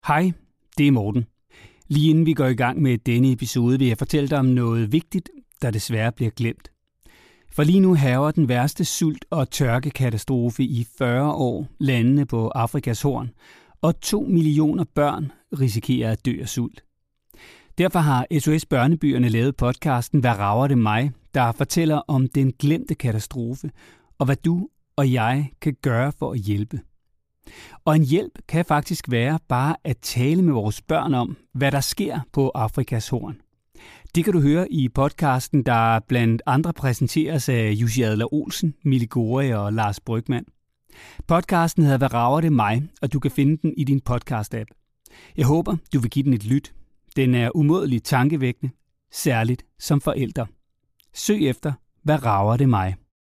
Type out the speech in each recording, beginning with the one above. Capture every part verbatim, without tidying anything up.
Hej, det er Morten. Lige inden vi går i gang med denne episode, vil jeg fortælle dig om noget vigtigt, der desværre bliver glemt. For lige nu hærger den værste sult- og tørkekatastrofe i fyrre år landene på Afrikas Horn, og to millioner børn risikerer at dø af sult. Derfor har S O S Børnebyerne lavet podcasten Hvad rager det mig?, der fortæller om den glemte katastrofe, og hvad du og jeg kan gøre for at hjælpe. Og en hjælp kan faktisk være bare at tale med vores børn om, hvad der sker på Afrikas Horn. Det kan du høre i podcasten, der blandt andre præsenteres af Jussi Adler-Olsen, Mille Gore og Lars Brygmann. Podcasten hedder Hvad rager det mig?, og du kan finde den i din podcast-app. Jeg håber, du vil give den et lyt. Den er umådeligt tankevækkende, særligt som forældre. Søg efter Hvad rager det mig?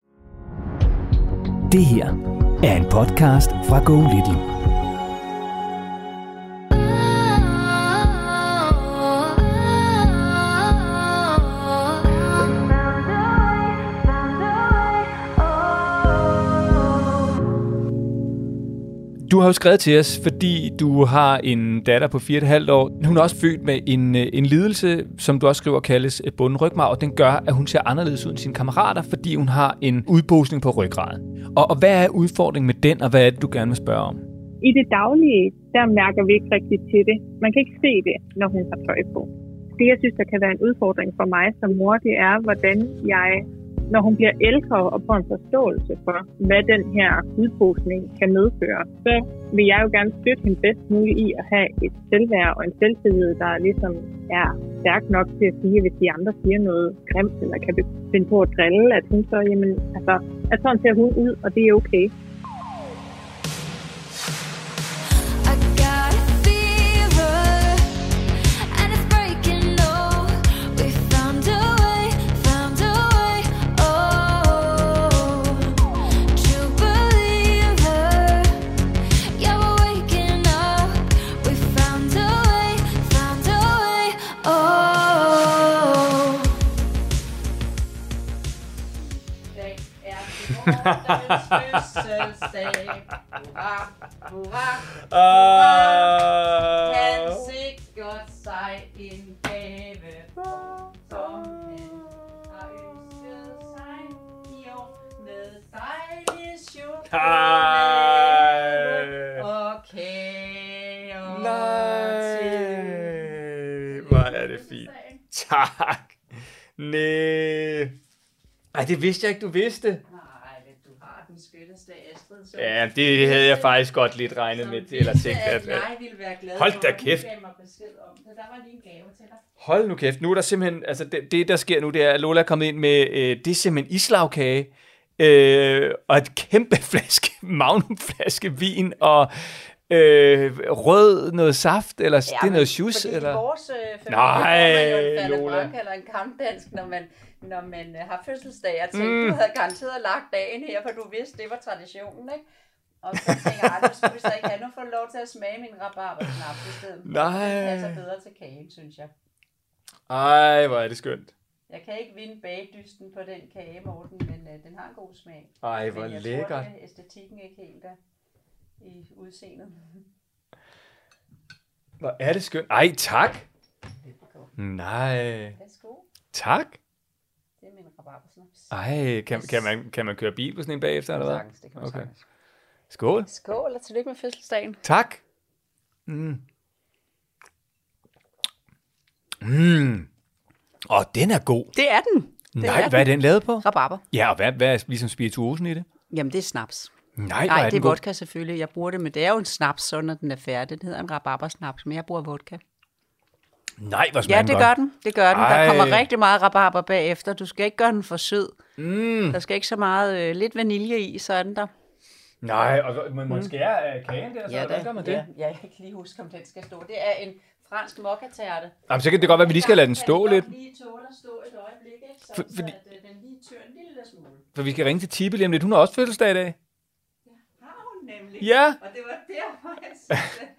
Det her er en podcast fra Go Little. Du har jo skrevet til os, fordi du har en datter på fire og et halvt år. Hun er også født med en, en lidelse, som du også skriver kaldes bundrygmarv, og den gør, at hun ser anderledes ud end sine kammerater, fordi hun har en udposning på ryggraden. Og, og hvad er udfordringen med den, og hvad er det, du gerne vil spørge om? I det daglige, der mærker vi ikke rigtig til det. Man kan ikke se det, når hun har tøj på. Det, jeg synes, der kan være en udfordring for mig som mor, det er, hvordan jeg, når hun bliver ældre og får en forståelse for, hvad den her udposning kan medføre, så vil jeg jo gerne støtte hende bedst muligt i at have et selvværd og en selvtillid, der ligesom er stærk nok til at sige, hvis de andre siger noget grimt, eller kan finde på at drille, at hun så, jamen, altså, at sådan ser hun ud, og det er okay. Hurra, hurra, hurra. Han sikkert sig en gave, som han har ønsket sig i år med dejlig chokolade og kager. Nej, hvor er det fint. Tak. Næh. Ej, det vidste jeg ikke, du vidste. Ja, det havde jeg faktisk godt lidt regnet med til, eller tænkt, at, at jeg ville være glad. Hold da kæft. Gav mig besked om, så der var lige en gave til dig. Hold nu kæft. Nu er der simpelthen, altså det, det der sker nu, det er, at Lola er kommet ind med, øh, det er simpelthen islagkage, øh, og et kæmpe flaske, magnumflaske vin, og øh, rød noget saft, eller ja, det er noget juice, eller? Fordi vores øh, familie, nej, man jo en eller en kampdansk, når man, når man øh, har fødselsdag. Jeg tænkte, mm. du havde garanteret lagt dagen her, for du vidste, det var traditionen, ikke? Og så tænker jeg, nu skulle vi så ikke have, nu får du lov til at smage min rabarbersnaps i stedet. Nej. Det passer bedre til kagen, synes jeg. Ej, hvor er det skønt. Jeg kan ikke vinde bagdysten på den kage, Morten, men øh, den har en god smag. Ej, hvor men jeg lækkert. tror, at æstetikken ikke helt er i udseendet. Hvor er det skønt. Ej, tak. Nej. Værsgo. Tak. Det er min rabarbersnaps. Ej, kan, kan, man, kan man køre bil på sådan en bagefter, eller hvad? Sagtens, det kan man okay. sagtens. Skål. Skål, og tillykke med fødselsdagen. Tak. Mm. Mm. Åh, den er god. Det er den. Det Nej, er hvad den. er den lavet på? Rabarber. Ja, og hvad, hvad er ligesom spirituosen i det? Jamen, det er snaps. Nej, Nej, er det den er god. vodka selvfølgelig. Jeg bruger det, men det er jo en snaps, så når den er færdig. Det hedder en rabarbersnaps, men jeg bruger vodka. Nej, hvor smager Ja, den det godt. gør den. Det gør den. Ej. Der kommer rigtig meget rabarber bagefter. Du skal ikke gøre den for sød. Mm. Der skal ikke så meget, øh, lidt vanilje i, så er den der. Nej, og man må skære af kagen der, så Ja, hvad det, gør man det? ja, jeg kan ikke lige huske, om den skal stå. Det er en fransk mokkatærte. Jamen, så kan det godt være, at vi lige skal lade den stå lidt. Kan lige tåle at stå et øjeblik, ikke? Så, For, så fordi, at øh, den lige tør en lille smule. for vi skal ringe til Tippe lige om lidt. Hun har også fødselsdag i dag. Ja, har hun nemlig. Ja. Og det var derfor, jeg synes, at, at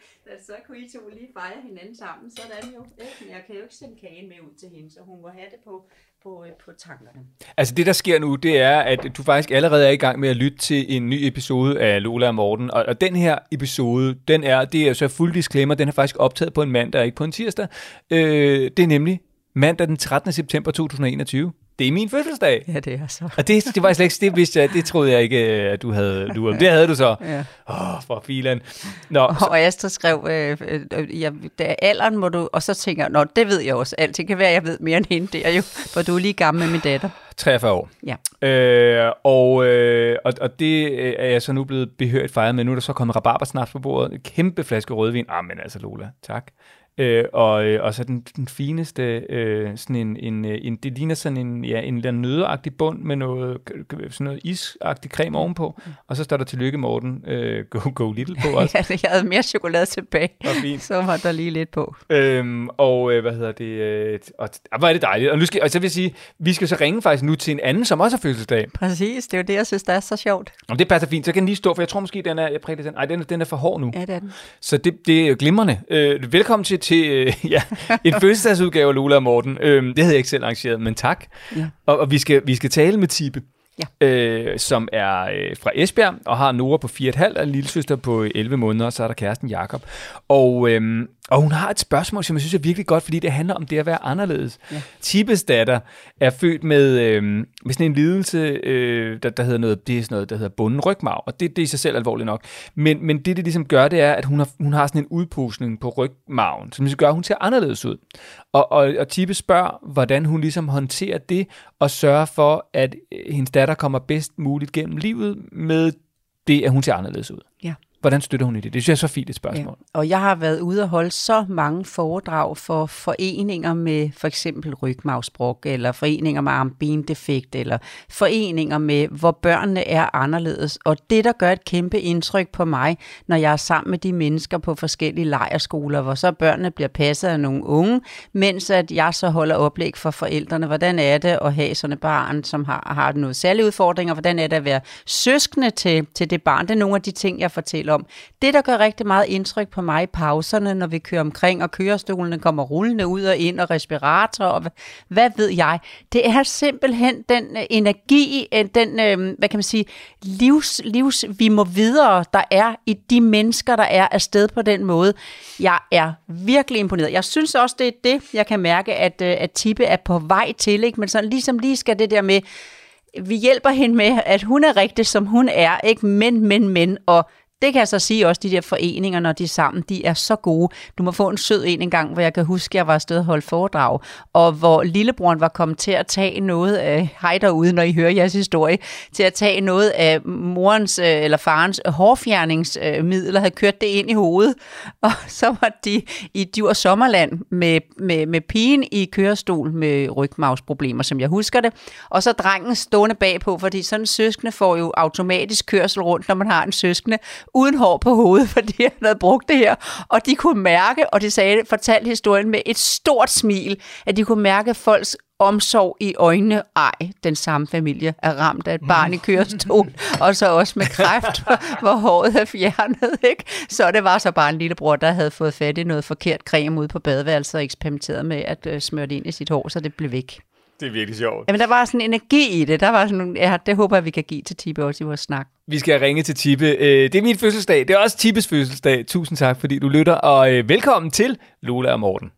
så kunne I to lige fejre hinanden sammen, sådan jo. Men jeg kan jo ikke sende kagen med ud til hende, så hun må have det på, på, på tankerne. Altså det, der sker nu, det er, at du faktisk allerede er i gang med at lytte til en ny episode af Lola og Morten. Og, og den her episode, den er, det er så fuld disclaimer, den er faktisk optaget på en mandag, ikke på en tirsdag. Øh, det er nemlig mandag den trettende september to tusind og enogtyve. Det er min fødselsdag. Ja, det er så. Og det, det var slet ikke, det vidste jeg, det troede jeg ikke, at du havde luret. Det havde du så. Ja. Åh, oh, for filan. Nå, så. Og Astrid skrev, øh, øh, ja, da alderen må du, og så tænker jeg, nå, det ved jeg også. Alt det kan være, jeg ved mere end hende der jo, for du er lige gammel med min datter. treogfyrre år. Ja. Øh, og, øh, og, og det er jeg så nu blevet behørt fejret med. Nu er der så kommet rabarbersnaps på bordet. En kæmpe flaske rødvin. Ah, men altså Lola, tak. Øh, og, og så den, den fineste, øh, sådan en, en, en, det ligner sådan en, ja, en eller anden nøddeagtig bund med noget, sådan noget isagtig creme ovenpå, og så står der tillykke Morten, øh, go, go little på os. Ja, jeg havde mere chokolade tilbage, fint. Så var der lige lidt på. Øhm, og øh, hvad hedder det, øh, og hvor er det dejligt, og nu skal, og så vil jeg sige, vi skal så ringe faktisk nu til en anden, som også har fødselsdag. Præcis, det er jo det, jeg synes, der er så sjovt. Og det passer fint, så kan den lige stå, for jeg tror måske, den er, jeg prægte den, ej, den, den er for hård nu. Ja, det er den. Så det, det er glimrende. Øh, velkommen til til øh, ja, en fødselsdagsudgave af Lola og Morten. Øh, det havde jeg ikke selv arrangeret, men tak. Ja. Og, og vi, skal, vi skal tale med Tippe, ja. øh, som er øh, fra Esbjerg, og har Nora på fire komma fem, og en lillesøster på elleve måneder, og så er der kæresten Jakob. Og, øh, og hun har et spørgsmål, som jeg synes er virkelig godt, fordi det handler om det at være anderledes. Ja. Tippes datter er født med, øh, med sådan en lidelse, øh, der, der hedder noget, det er sådan noget, der hedder bunden rygmarv, og det, det er i sig selv alvorligt nok. Men, men det, det ligesom gør, det er, at hun har, hun har sådan en udpusning på rygmarven, som ligesom gør, at hun ser anderledes ud. Og, og, og Tippe spørger, hvordan hun ligesom håndterer det, og sørger for, at hendes datter kommer bedst muligt gennem livet med det, at hun ser anderledes ud. Ja. Hvordan støtter hun i det? Det synes jeg er så fint et spørgsmål. Ja. Og jeg har været ude og holde så mange foredrag for foreninger med for eksempel rygmarvsbrok, eller foreninger med armbindefekt, eller foreninger med, hvor børnene er anderledes. Og det, der gør et kæmpe indtryk på mig, når jeg er sammen med de mennesker på forskellige lejrskoler, hvor så børnene bliver passet af nogle unge, mens at jeg så holder oplæg for forældrene. Hvordan er det at have sådan et barn, som har, har noget særlige udfordringer? Hvordan er det at være søskende til, til det barn? Det er nogle af de ting, jeg fortæller om. Det, der gør rigtig meget indtryk på mig i pauserne, når vi kører omkring, og kørestolene kommer rullende ud og ind, og respirator, og hvad, hvad ved jeg, det er simpelthen den energi, den, hvad kan man sige, livs, livs, vi må videre, der er i de mennesker, der er afsted på den måde. Jeg er virkelig imponeret. Jeg synes også, det er det, jeg kan mærke, at, at Tippe er på vej til, ikke? Men sådan ligesom lige skal det der med, vi hjælper hende med, at hun er rigtig, som hun er, ikke? Men, men, men, og det kan jeg så sige også, de der foreninger, når de er sammen, de er så gode. Du må få en sød en en gang, hvor jeg kan huske, at jeg var afsted og holdt foredrag, og hvor lillebroren var kommet til at tage noget af, hej derude, når I hører jeres historie, til at tage noget af morens eller farens hårfjerningsmiddel og havde kørt det ind i hovedet. Og så var de i Djurs Sommerland med, med, med pigen i kørestol med rygmarvsproblemer, som jeg husker det. Og så drengen stående bagpå, fordi sådan en søskende får jo automatisk kørsel rundt, når man har en søskende, uden hår på hovedet, fordi han havde brugt det her. Og de kunne mærke, og de sagde, fortalte historien med et stort smil, at de kunne mærke folks omsorg i øjnene. Ej, den samme familie er ramt af et barn i kørestol, og så også med kræft, hvor håret er fjernet, ikke? Så det var så bare en lillebror, der havde fået fat i noget forkert creme ude på badeværelset og eksperimenteret med at øh, smøre det ind i sit hår, så det blev væk. Det er virkelig sjovt. Jamen, der var sådan en energi i det. Der var sådan, ja, det håber jeg, vi kan give til Tippe også i vores snak. Vi skal ringe til Tippe. Det er min fødselsdag. Det er også Tippes fødselsdag. Tusind tak, fordi du lytter, og velkommen til Lola og Morten.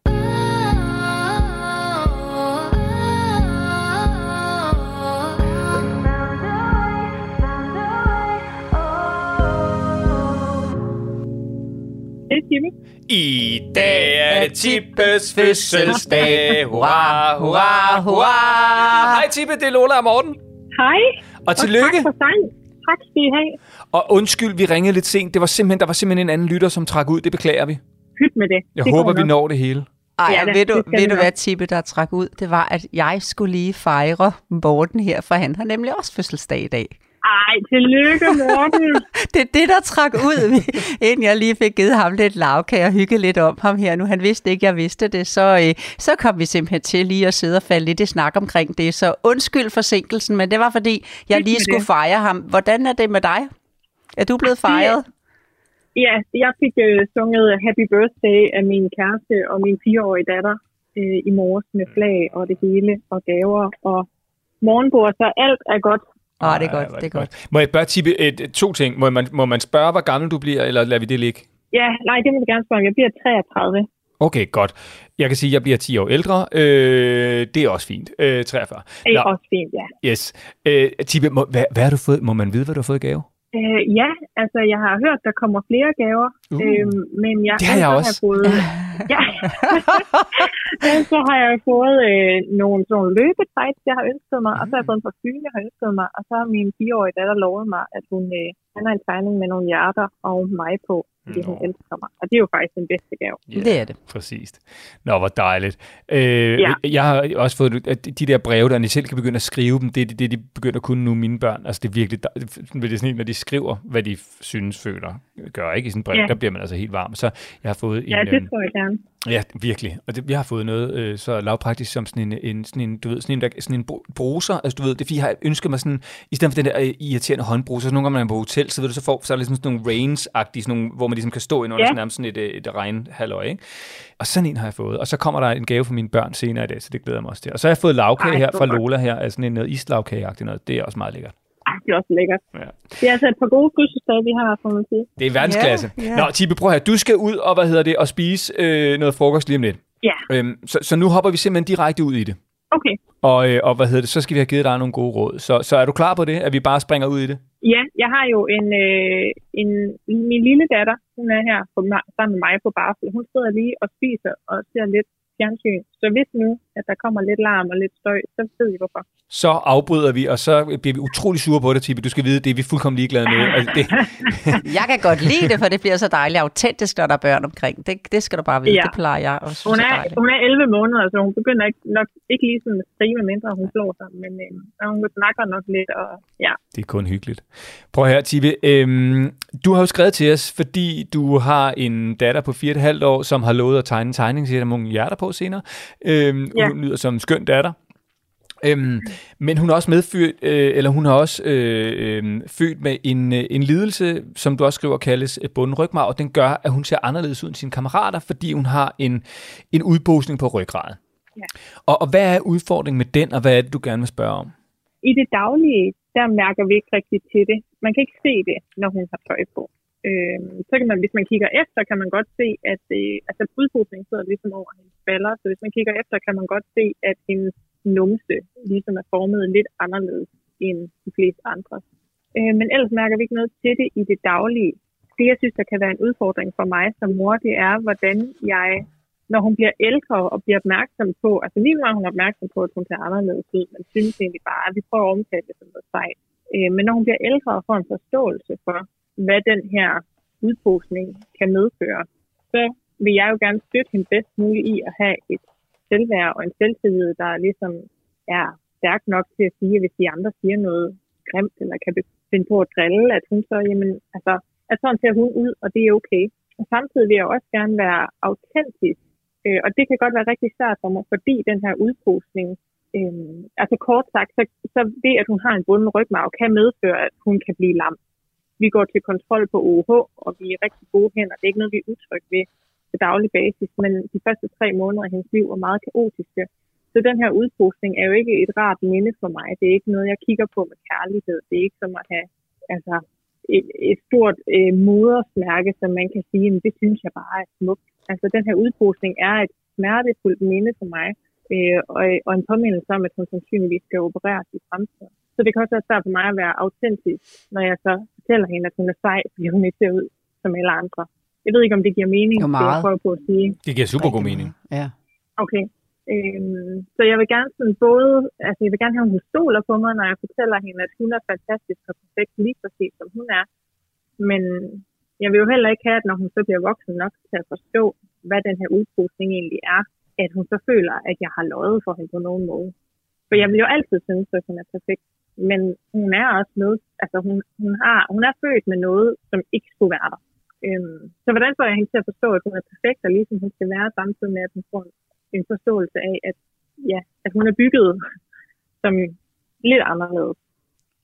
Det er Tippe. I dag er det Tippes fødselsdag. Hurra, hurra, hurra. Hej Tippe, det er Lola og Morten. Hej. Og tillykke. Og tak for sang. Tak skal I have. Og undskyld, vi ringede lidt sent. Det var simpelthen, der var simpelthen en anden lytter, som trak ud. Det beklager vi. Pyt med det. Jeg det håber, vi når det hele. Ej, ja, det, ved du, ved du hvad, Tippe, der trak ud? Det var, at jeg skulle lige fejre Morten her, for han har nemlig også fødselsdag i dag. Ej, tillykke, Morten. Det er det, der trak ud, inden jeg lige fik givet ham lidt lavkage og hygge lidt om ham her. Nu han vidste ikke, jeg vidste det, så, øh, så kom vi simpelthen til lige at sidde og falde lidt i snak omkring det. Så undskyld forsinkelsen, men det var fordi, jeg lige skulle fejre ham. Hvordan er det med dig? Er du blevet fejret? Ja, jeg fik øh, sunget Happy Birthday af min kæreste og min fireårige datter øh, i morges med flag og det hele og gaver og morgenbord, så alt er godt. Ah, det er godt, det er godt. Må jeg bare tippe et, to ting? Må man, må man spørge, hvor gammel du bliver, eller lader vi det ligge? Ja, nej, det må vi gerne spørge om. Jeg bliver treogtredive. Okay, godt. Jeg kan sige, at jeg bliver ti år ældre. Øh, det er også fint. Øh, treogfyrre. Det er Nå. også fint, ja. Yes. Øh, Tibe, må, hvad, hvad har du fået? Må man vide, hvad du har fået i gave? Øh, ja, altså jeg har hørt, der kommer flere gaver, uh, øhm, men jeg, det har jeg også. Har fået, ja. Så har jeg fået øh, nogle, nogle løbetights, jeg har ønsket mig, mm. og så har jeg fået en parfume, jeg har ønsket mig, og så har min fireårige datter lovet mig, at hun øh, har en tegning med nogle hjerter og mig på, fordi hun elsker mig. Og det er jo faktisk den bedste gave. Yeah, det er det. Præcis. Nå, hvor dejligt. Øh, ja. Jeg har også fået de der breve, der når de selv kan begynde at skrive dem, det er det, det, de begynder at kunne nu, mine børn. Altså det er virkelig, det er sådan, når de skriver, hvad de synes, føler, gør ikke i sådan en brev, ja. Der bliver man altså helt varm. Så jeg har fået ja, en... Ja, det tror jeg gerne. Ja, virkelig. Og det, jeg har fået noget øh, så lavpraktisk som sådan en, en, sådan en, du ved, sådan en, der, sådan en bruser. Altså du ved, det er fordi, jeg har ønsket mig sådan, i stedet for den der øh, irriterende håndbruser, så nogle gange, når man er på hotel, så ved du, så får så er der ligesom sådan nogle rains-agtige, sådan nogle, hvor man ligesom kan stå ind under ja. sådan, sådan et, et, et regnhalløj, ikke? Og sådan en har jeg fået. Og så kommer der en gave fra mine børn senere i dag, så det glæder jeg mig også til. Og så har jeg fået lavkage her fra Lola her, altså sådan en noget islagkage-agtigt noget. Det er også meget lækkert. Det er også lækkert. Ja. Det er altså et par gode fødselsdage, vi har, for man sige. Det er verdensklasse. Yeah, yeah. Nå, Tibe, prøv her. Du skal ud og, hvad hedder det, og spise øh, noget frokost lige om lidt. Ja. Øhm, så, så nu hopper vi simpelthen direkte ud i det. Okay. Og, øh, og hvad hedder det, så skal vi have givet dig nogle gode råd. Så, så er du klar på det, at vi bare springer ud i det? Ja, jeg har jo en, øh, en min lille datter, hun er her på, sammen med mig på barsel. Hun sidder lige og spiser og ser lidt fjernsyn. Så hvis nu, at der kommer lidt larm og lidt støj, så ved I hvorfor. Så afbryder vi, og så bliver vi utrolig sure på det, Tibe. Du skal vide, det er vi fuldkommen ligeglade med. Altså, det... Jeg kan godt lide det, for det bliver så dejligt autentisk, når der er børn omkring. Det, det skal du bare vide. Ja. Det plejer jeg også hun er, dejligt. Hun er elleve måneder, så hun begynder ikke, nok ikke lige sådan at skrige, med mindre hun slår sig. Men øh, hun snakker nok lidt, og ja. Det er kun hyggeligt. Prøv her, Tibe. Øhm, du har jo skrevet til os, fordi du har en datter på fire og et halvt år, som har lovet at tegne en tegning, så der er nogle hjerter på senere. Øhm, ja. Hun lyder som en skøn datter. Øhm, men hun er også medfødt, øh, eller hun har også øh, øh, født med en, øh, en lidelse, som du også skriver kaldes bundrygmarv, og den gør, at hun ser anderledes ud end sine kammerater, fordi hun har en, en udposning på ryggraden. Ja. Og, og hvad er udfordringen med den, og hvad er det, du gerne vil spørge om? I det daglige, der mærker vi ikke rigtig til det. Man kan ikke se det, når hun har tøj på. Øh, så kan man, hvis man kigger efter, kan man godt se, at øh, altså udposningen sidder ligesom over hendes baller, så hvis man kigger efter, kan man godt se, at hendes numse ligesom er formet lidt anderledes end de fleste andre. Øh, men ellers mærker vi ikke noget til det i det daglige. Det, jeg synes, der kan være en udfordring for mig som mor, det er, hvordan jeg, når hun bliver ældre og bliver opmærksom på, altså lige nu er hun opmærksom på, at hun ser anderledes ud, men synes egentlig bare, at vi prøver at omtale det som noget sejt. Øh, men når hun bliver ældre og får en forståelse for, hvad den her udposning kan medføre, så vil jeg jo gerne støtte hende bedst muligt i at have et selvværd og en selvtillid, der ligesom er stærk nok til at sige, at hvis de andre siger noget grimt, eller kan finde på at drille, at hun så, jamen, altså, at sådan ser hun ud, og det er okay. Og samtidig vil jeg også gerne være autentisk, øh, og det kan godt være rigtig svært for mig, fordi den her udposning, øh, altså kort sagt, så, så det, at hun har en bunden rygmarv, kan medføre, at hun kan blive lam. Vi går til kontrol på O H, og vi er rigtig gode hænder. Det er ikke noget, vi er utrygge ved på daglig basis, men de første tre måneder af hendes liv er meget kaotiske. Så den her udposting er jo ikke et rart minde for mig. Det er ikke noget, jeg kigger på med kærlighed. Det er ikke som at have altså, et, et stort øh, modersmærke, som man kan sige, men det synes jeg bare er smukt. Altså den her udposting er et smertefuldt minde for mig, øh, og, og en påmindelse om, at hun sandsynligvis skal opereres i fremtiden. Så det kan også være svært for mig at være autentisk, når jeg så fortæller hende, at hun er sej, fordi hun ikke ser ud som alle andre. Jeg ved ikke, om det giver mening, det jeg prøver på at sige. Det giver super god mening. Ja. Okay. Øhm, så jeg vil gerne sådan både, altså jeg vil gerne have, at hun stoler på mig, når jeg fortæller hende, at hun er fantastisk og perfekt, lige præcis som hun er. Men jeg vil jo heller ikke have, at når hun så bliver voksen nok til at forstå, hvad den her udposting egentlig er, at hun så føler, at jeg har løjet for hende på nogen måde. For jeg vil jo altid synes, at hun er perfekt. Men hun er også med, altså hun, hun, har, hun er født med noget, som ikke skulle være der. Øhm, så hvordan får jeg hende til at forstå, at hun er perfekt, og ligesom hun skal være, samtidig med, at hun får en forståelse af, at, ja, at hun er bygget som lidt anderledes.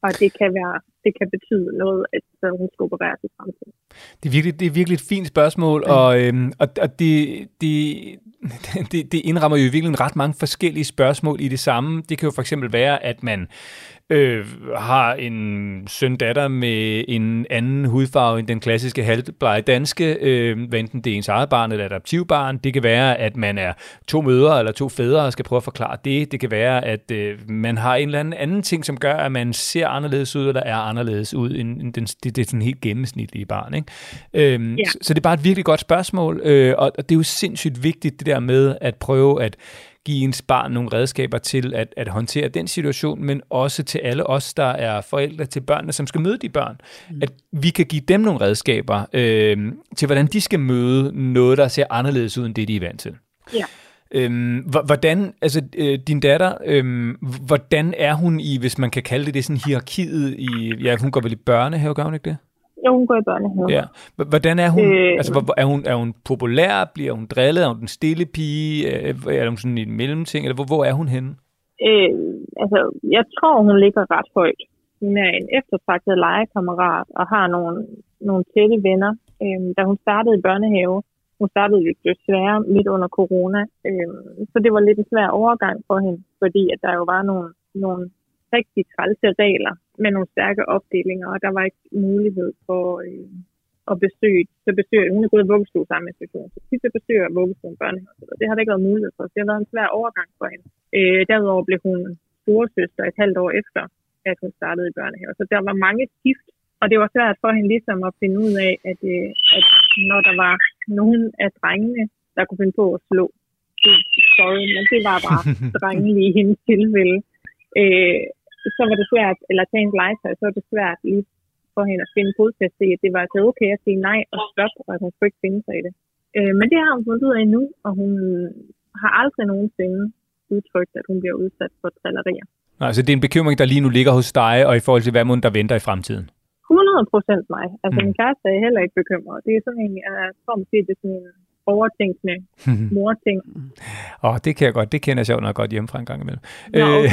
og det kan være, det kan betyde noget, at hun skal opereres i fremtiden. Det er virkelig, det er virkelig et fint spørgsmål, mm. og, øhm, og, og det, det, det, det indrammer jo virkelig ret mange forskellige spørgsmål i det samme. Det kan jo for eksempel være, at man øh, har en søn-datter med en anden hudfarve end den klassiske halvblege danske, øh, hvad enten det er ens eget barn eller adoptivbarn. Det kan være, at man er to mødre eller to fædre og skal prøve at forklare det. Det kan være, at øh, man har en eller anden anden ting, som gør, at man ser anderledes ud, eller er anderledes ud end, end den, det, det er sådan helt gennemsnitlige barn. Ikke? Øhm, ja. så, så det er bare et virkelig godt spørgsmål, øh, og, og det er jo sindssygt vigtigt det der med at prøve at give ens barn nogle redskaber til at, at håndtere den situation, men også til alle os, der er forældre til børnene, som skal møde de børn. Mm. At vi kan give dem nogle redskaber øh, til, hvordan de skal møde noget, der ser anderledes ud, end det, de er vant til. Ja. Øhm, hvordan, altså øh, din datter, øh, hvordan er hun i, hvis man kan kalde det det, sådan hierarkiet i, ja, hun går vel i børnehave, gør hun ikke det? Ja, hun går i børnehave. Ja. Hvordan er hun? Øh, altså, er hun, er hun populær? Bliver hun drillet? Er hun den stille pige? Er hun sådan en mellemting? Eller hvor, hvor er hun henne? Øh, altså, jeg tror, hun ligger ret højt. Hun er en eftertragtet legekammerat og har nogle, nogle tætte venner. Øh, da hun startede i børnehave, hun startede jo desværre midt under corona, øh, så det var lidt en svær overgang for hende, fordi at der jo var nogle, nogle rigtig trælse regler med nogle stærke opdelinger, og der var ikke mulighed for øh, at besøge, så besøge, hun er gået i vuggestue sammen med institutionen, så tit så besøger vuggestuen børnehave, det har der ikke været mulighed for, så det har været en svær overgang for hende. Øh, derudover blev hun storesøster et halvt år efter, at hun startede i børnehave, så der var mange skift, og det var svært for hende ligesom at finde ud af, at, øh, at når der var nogen af drengene, der kunne finde på at slå, det, sorry, men det var bare drengene i hendes tilfælde, øh, så var det svært, eller tage en legetøj, så var det svært lige for hende at finde fodfæste i, at det var altså okay at sige nej og stop, og at hun skulle ikke finde sig i det. Øh, men det har hun fundet ud af nu, og hun har aldrig nogensinde udtrykt, at hun bliver udsat for drillerier. Nej, så det er en bekymring, der lige nu ligger hos dig, og i forhold til, hvad må der venter i fremtiden? hundrede procent mig. Altså, mm. min kæreste er heller ikke bekymret. Det er sådan en, jeg tror måske, det er sådan en overtænkende mor-ting. Åh, oh, det kan jeg godt. Det kender jeg sjovt nok godt hjemmefra en gang imellem. Nå, okay.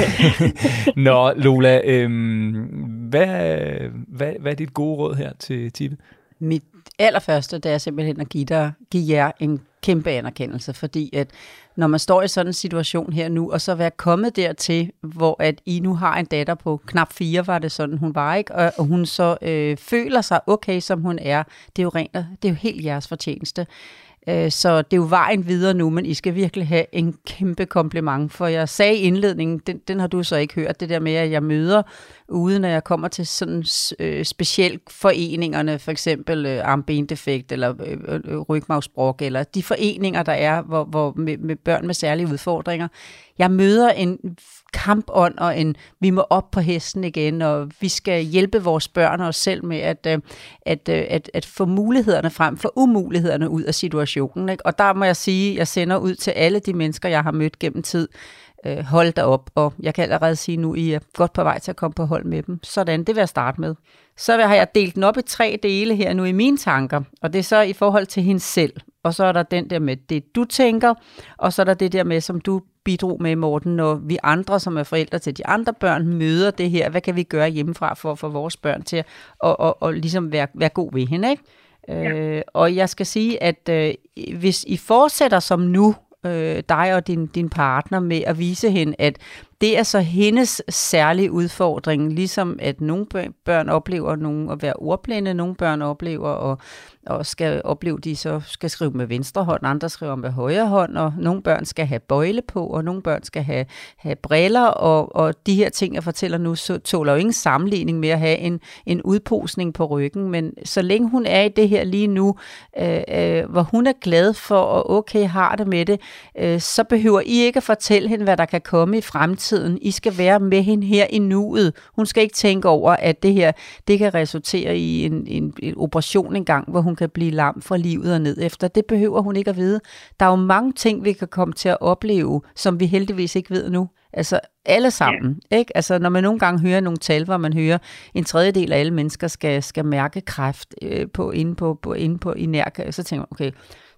Nå, Lola, øhm, hvad, hvad, hvad er dit gode råd her til Tippe? Mit allerførste, det er simpelthen at give, dig, give jer en kæmpe anerkendelse, fordi at når man står i sådan en situation her nu, og så være kommet dertil, hvor at I nu har en datter på knap fire, var det sådan, hun var, ikke? Og, og hun så øh, føler sig okay, som hun er. Det er jo rent, det er jo helt jeres fortjeneste. Så det er jo vejen videre nu, men I skal virkelig have en kæmpe kompliment, for jeg sagde i indledningen, den, den har du så ikke hørt, det der med, at jeg møder ude, når jeg kommer til sådan øh, specielt foreningerne, for eksempel øh, armbendefekt eller øh, øh, rygmavsbrok, eller de foreninger, der er hvor, hvor med, med børn med særlige udfordringer. Jeg møder en kampånd og en, vi må op på hesten igen, og vi skal hjælpe vores børn og os selv med at, at, at, at få mulighederne frem for umulighederne ud af situationen. Ikke? Og der må jeg sige, jeg sender ud til alle de mennesker, jeg har mødt gennem tid, hold da op, og jeg kan allerede sige nu, I er godt på vej til at komme på hold med dem. Sådan, det vil jeg starte med. Så har jeg delt den op i tre dele her nu i mine tanker, og det er så i forhold til hende selv. Og så er der den der med det, du tænker, og så er der det der med, som du bidrog med, Morten, når vi andre, som er forældre til de andre børn, møder det her. Hvad kan vi gøre hjemmefra for at få vores børn til at og, og, og ligesom være, være god ved hende, ikke? Ja. Øh, og jeg skal sige, at øh, hvis I fortsætter som nu, øh, dig og din, din partner, med at vise hende, at det er så hendes særlige udfordring, ligesom at nogle børn oplever nogle at være ordblinde, nogle børn oplever og, og skal opleve, de så skal skrive med venstre hånd, andre skriver med højre hånd, og nogle børn skal have bøjle på, og nogle børn skal have, have briller, og, og de her ting, jeg fortæller nu, så tåler jo ingen sammenligning med at have en, en udposning på ryggen, men så længe hun er i det her lige nu, øh, øh, hvor hun er glad for, og okay har det med det, øh, så behøver I ikke at fortælle hende, hvad der kan komme i fremtiden. I skal være med hende her i nuet. Hun skal ikke tænke over, at det her, det kan resultere i en, en, en operation engang, hvor hun kan blive lam fra livet og ned efter. Det behøver hun ikke at vide. Der er jo mange ting, vi kan komme til at opleve, som vi heldigvis ikke ved nu. Altså alle sammen, ja. Ikke? Altså når man nogle gange hører nogle tal, hvor man hører en tredjedel af alle mennesker skal, skal mærke kræft øh, på, inde på, på, inde på i nær, så tænker man, okay,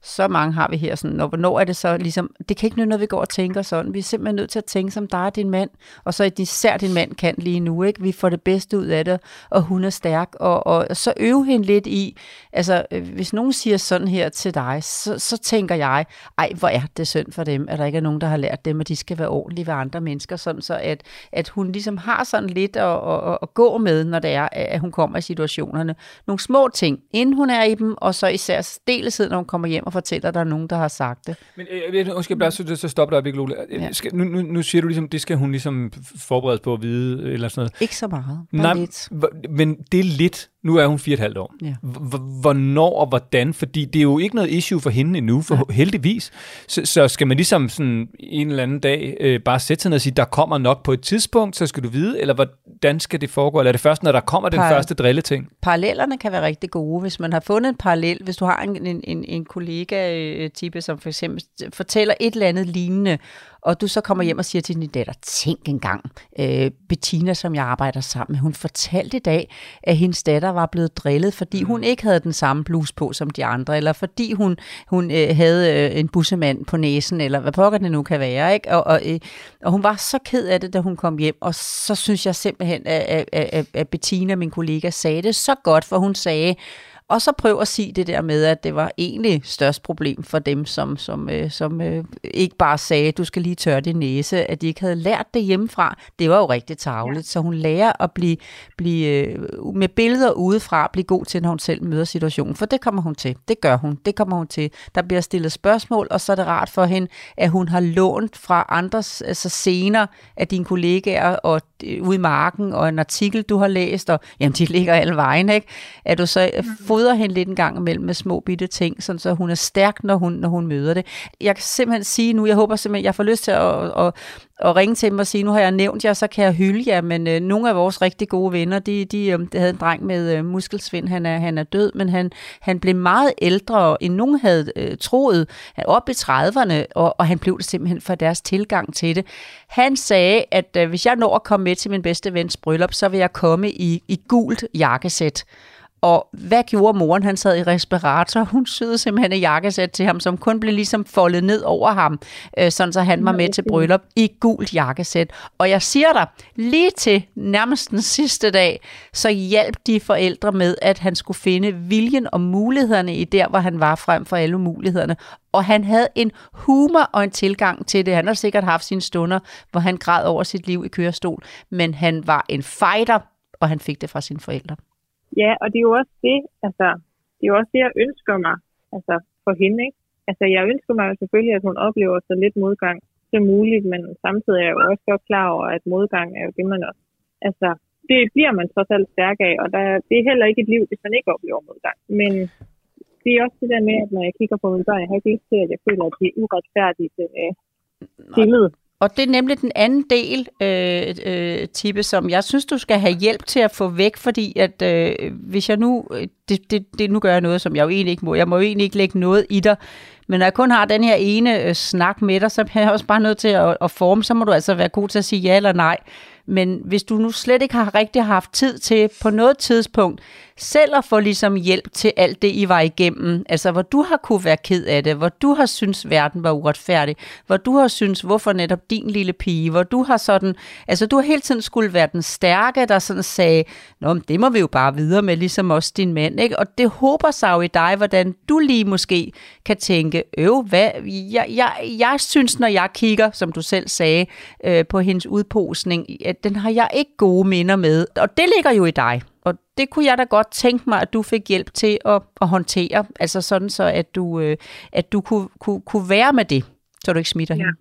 så mange har vi her, sådan, og hvornår er det så ligesom, det kan ikke nytte noget, vi går og tænker sådan, vi er simpelthen nødt til at tænke som dig og din mand, og så især din mand kan lige nu, ikke? Vi får det bedste ud af det, og hun er stærk, og, og så øve hende lidt i, altså hvis nogen siger sådan her til dig, så, så tænker jeg, ej hvor er det synd for dem, at der ikke er nogen, der har lært dem, at de skal være ordentlige ved andre mennesker, sådan så at, at hun ligesom har sådan lidt at, at, at gå med, når det er, at hun kommer i situationerne. Nogle små ting, inden hun er i dem, og så især steltid, når hun kommer hjem og fortæller, at der er nogen, der har sagt det. Men jeg øh, skal bare så, så stoppe dig, Lola. Ja. Skal, nu, nu, nu siger du ligesom, det skal hun ligesom forberedes på at vide, eller sådan noget. Ikke så meget, bare Nej, lidt. Men det er lidt. Nu er hun fire og et halvt år. Ja. Hvornår og hvordan? Fordi det er jo ikke noget issue for hende endnu, for ja. heldigvis. Så, så skal man ligesom sådan en eller anden dag øh, bare sætte sig ned og sige, der kommer nok på et tidspunkt, så skal du vide, eller hvordan skal det foregå? Eller er det først, når der kommer den Par- første drilleting? Parallellerne kan være rigtig gode, hvis man har fundet en parallel. Hvis du har en, en, en, en kollega-type, som for eksempel fortæller et eller andet lignende, og du så kommer hjem og siger til din datter, tænk engang, øh, Bettina, som jeg arbejder sammen med, hun fortalte i dag, at hendes datter var blevet drillet, fordi mm. hun ikke havde den samme bluse på som de andre, eller fordi hun, hun øh, havde øh, en bussemand på næsen, eller hvad pokker det nu kan være, ikke? Og, og, øh, og hun var så ked af det, da hun kom hjem, og så synes jeg simpelthen, at, at, at, at Bettina, min kollega, sagde det så godt, for hun sagde, og så prøv at sige det der med, at det var egentlig størst problem for dem, som, som, øh, som øh, ikke bare sagde, du skal lige tørre din næse, at de ikke havde lært det hjemmefra. Det var jo rigtig tarveligt, ja. Så hun lærer at blive, blive øh, med billeder udefra, blive god til, når hun selv møder situationen. For det kommer hun til. Det gør hun. Det kommer hun til. Der bliver stillet spørgsmål, og så er det rart for hende, at hun har lånt fra andres altså scener af dine kollegaer og øh, ude i marken, og en artikel, du har læst, og jamen, de ligger alle vejen, ikke? At du så fodrer hende lidt en gang imellem med små bitte ting, sådan så hun er stærk, når hun, når hun møder det. Jeg kan simpelthen sige nu, jeg håber simpelthen, jeg får lyst til at, at, at ringe til dem og sige, nu har jeg nævnt jer, så kan jeg hylde jer, men øh, nogle af vores rigtig gode venner, de, de, øh, de havde en dreng med øh, muskelsvind, han er, han er død, men han, han blev meget ældre, end nogen havde øh, troet, han op i trediverne, og, og han blev det simpelthen for deres tilgang til det. Han sagde, at øh, hvis jeg når at komme med til min bedste vens bryllup, så vil jeg komme i, i gult jakkesæt. Og hvad gjorde moren? Han sad i respirator. Hun syede simpelthen et jakkesæt til ham, som kun blev ligesom foldet ned over ham, øh, sådan så han var med til bryllup i gult jakkesæt. Og jeg siger dig, lige til nærmest den sidste dag, så hjalp de forældre med, at han skulle finde viljen og mulighederne i der, hvor han var frem for alle mulighederne. Og han havde en humor og en tilgang til det. Han har sikkert haft sine stunder, hvor han græd over sit liv i kørestol, men han var en fighter, og han fik det fra sine forældre. Ja, og det er jo også det, altså, det er jo også det, jeg ønsker mig, altså, for hende, ikke? Altså, jeg ønsker mig selvfølgelig, at hun oplever så lidt modgang som muligt, men samtidig er jeg jo også godt klar over, at modgang er jo det, man også, altså, det bliver man trods alt stærk af, og der, det er heller ikke et liv, hvis man ikke oplever modgang. Men det er også det der med, at når jeg kigger på mine børn, jeg har ikke lyst til, at jeg føler, at de er uretfærdigt øh, stillet. Og det er nemlig den anden del, øh, øh, Tippe, som jeg synes, du skal have hjælp til at få væk, fordi at øh, hvis jeg nu, det, det, det, nu gør jeg noget, som jeg jo egentlig ikke må, jeg må jo egentlig ikke lægge noget i dig, men når jeg kun har den her ene øh, snak med dig, så er jeg også bare nødt til at, at forme, så må du altså være god til at sige ja eller nej. Men hvis du nu slet ikke har rigtig haft tid til på noget tidspunkt selv at få ligesom hjælp til alt det, I var igennem, altså hvor du har kunne være ked af det, hvor du har syntes, verden var uretfærdig, hvor du har syntes, hvorfor netop din lille pige, hvor du har sådan, altså du har hele tiden skulle være den stærke, der sådan sagde, nå, det må vi jo bare videre med, ligesom også din mand, ikke? Og det håber sig jo i dig, hvordan du lige måske kan tænke, øv, hvad, jeg, jeg, jeg synes, når jeg kigger, som du selv sagde, øh, på hendes udposning, at den har jeg ikke gode minder med, og det ligger jo i dig. Og det kunne jeg da godt tænke mig, at du fik hjælp til at, at håndtere, altså sådan så, at du, øh, at du kunne, kunne, kunne være med det, så du ikke smitter hende.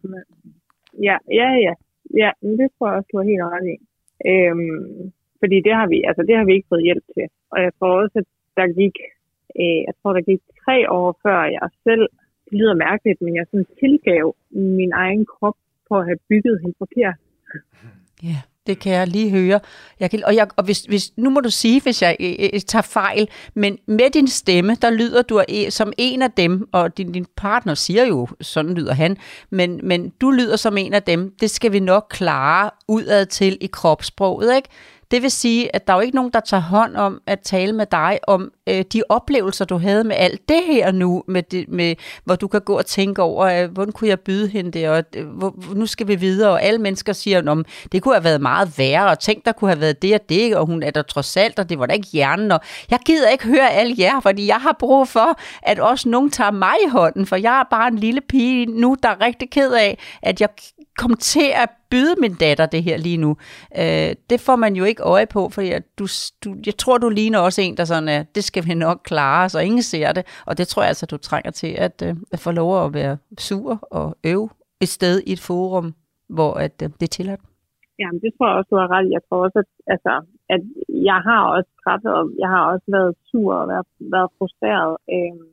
Ja, ja, ja, ja, men det tror jeg også, du har helt ret i. Øhm, fordi det har vi, altså det har vi ikke fået hjælp til. Og jeg tror også, at der gik, øh, jeg tror, der gik tre år før jeg selv, det lyder mærkeligt, men jeg sådan tilgav min egen krop for at have bygget hende forkert. Ja. Det kan jeg lige høre. Jeg kan, og jeg, og hvis, hvis, nu må du sige, hvis jeg øh, tager fejl, men med din stemme, der lyder du som en af dem, og din, din partner siger jo, sådan lyder han, men, men du lyder som en af dem. Det skal vi nok klare udad til i kropssproget, ikke? Det vil sige, at der er jo ikke nogen, der tager hånd om at tale med dig om øh, de oplevelser, du havde med alt det her nu, med det, med, hvor du kan gå og tænke over, øh, hvordan kunne jeg byde hende det, og øh, hvor, nu skal vi videre, og alle mennesker siger, om det kunne have været meget værre, og tænk, der kunne have været det og det, og hun er der trods alt, og det var da ikke hjernen, og jeg gider ikke høre alle jer, fordi jeg har brug for, at også nogen tager mig i hånden, for jeg er bare en lille pige nu, der er rigtig ked af, at jeg kom til at byde min datter det her lige nu. Øh, det får man jo ikke øje på, fordi du, du, jeg tror, du ligner også en, der sådan er, det skal vi nok klare, så ingen ser det, og det tror jeg altså, du trænger til at, at få lov at være sur og øve et sted i et forum, hvor at, det er tilladt. Jamen, det tror jeg også, du har ret. Jeg tror også, at, altså, at jeg har også grædt, og jeg har også været sur og været, været frustreret. Øhm,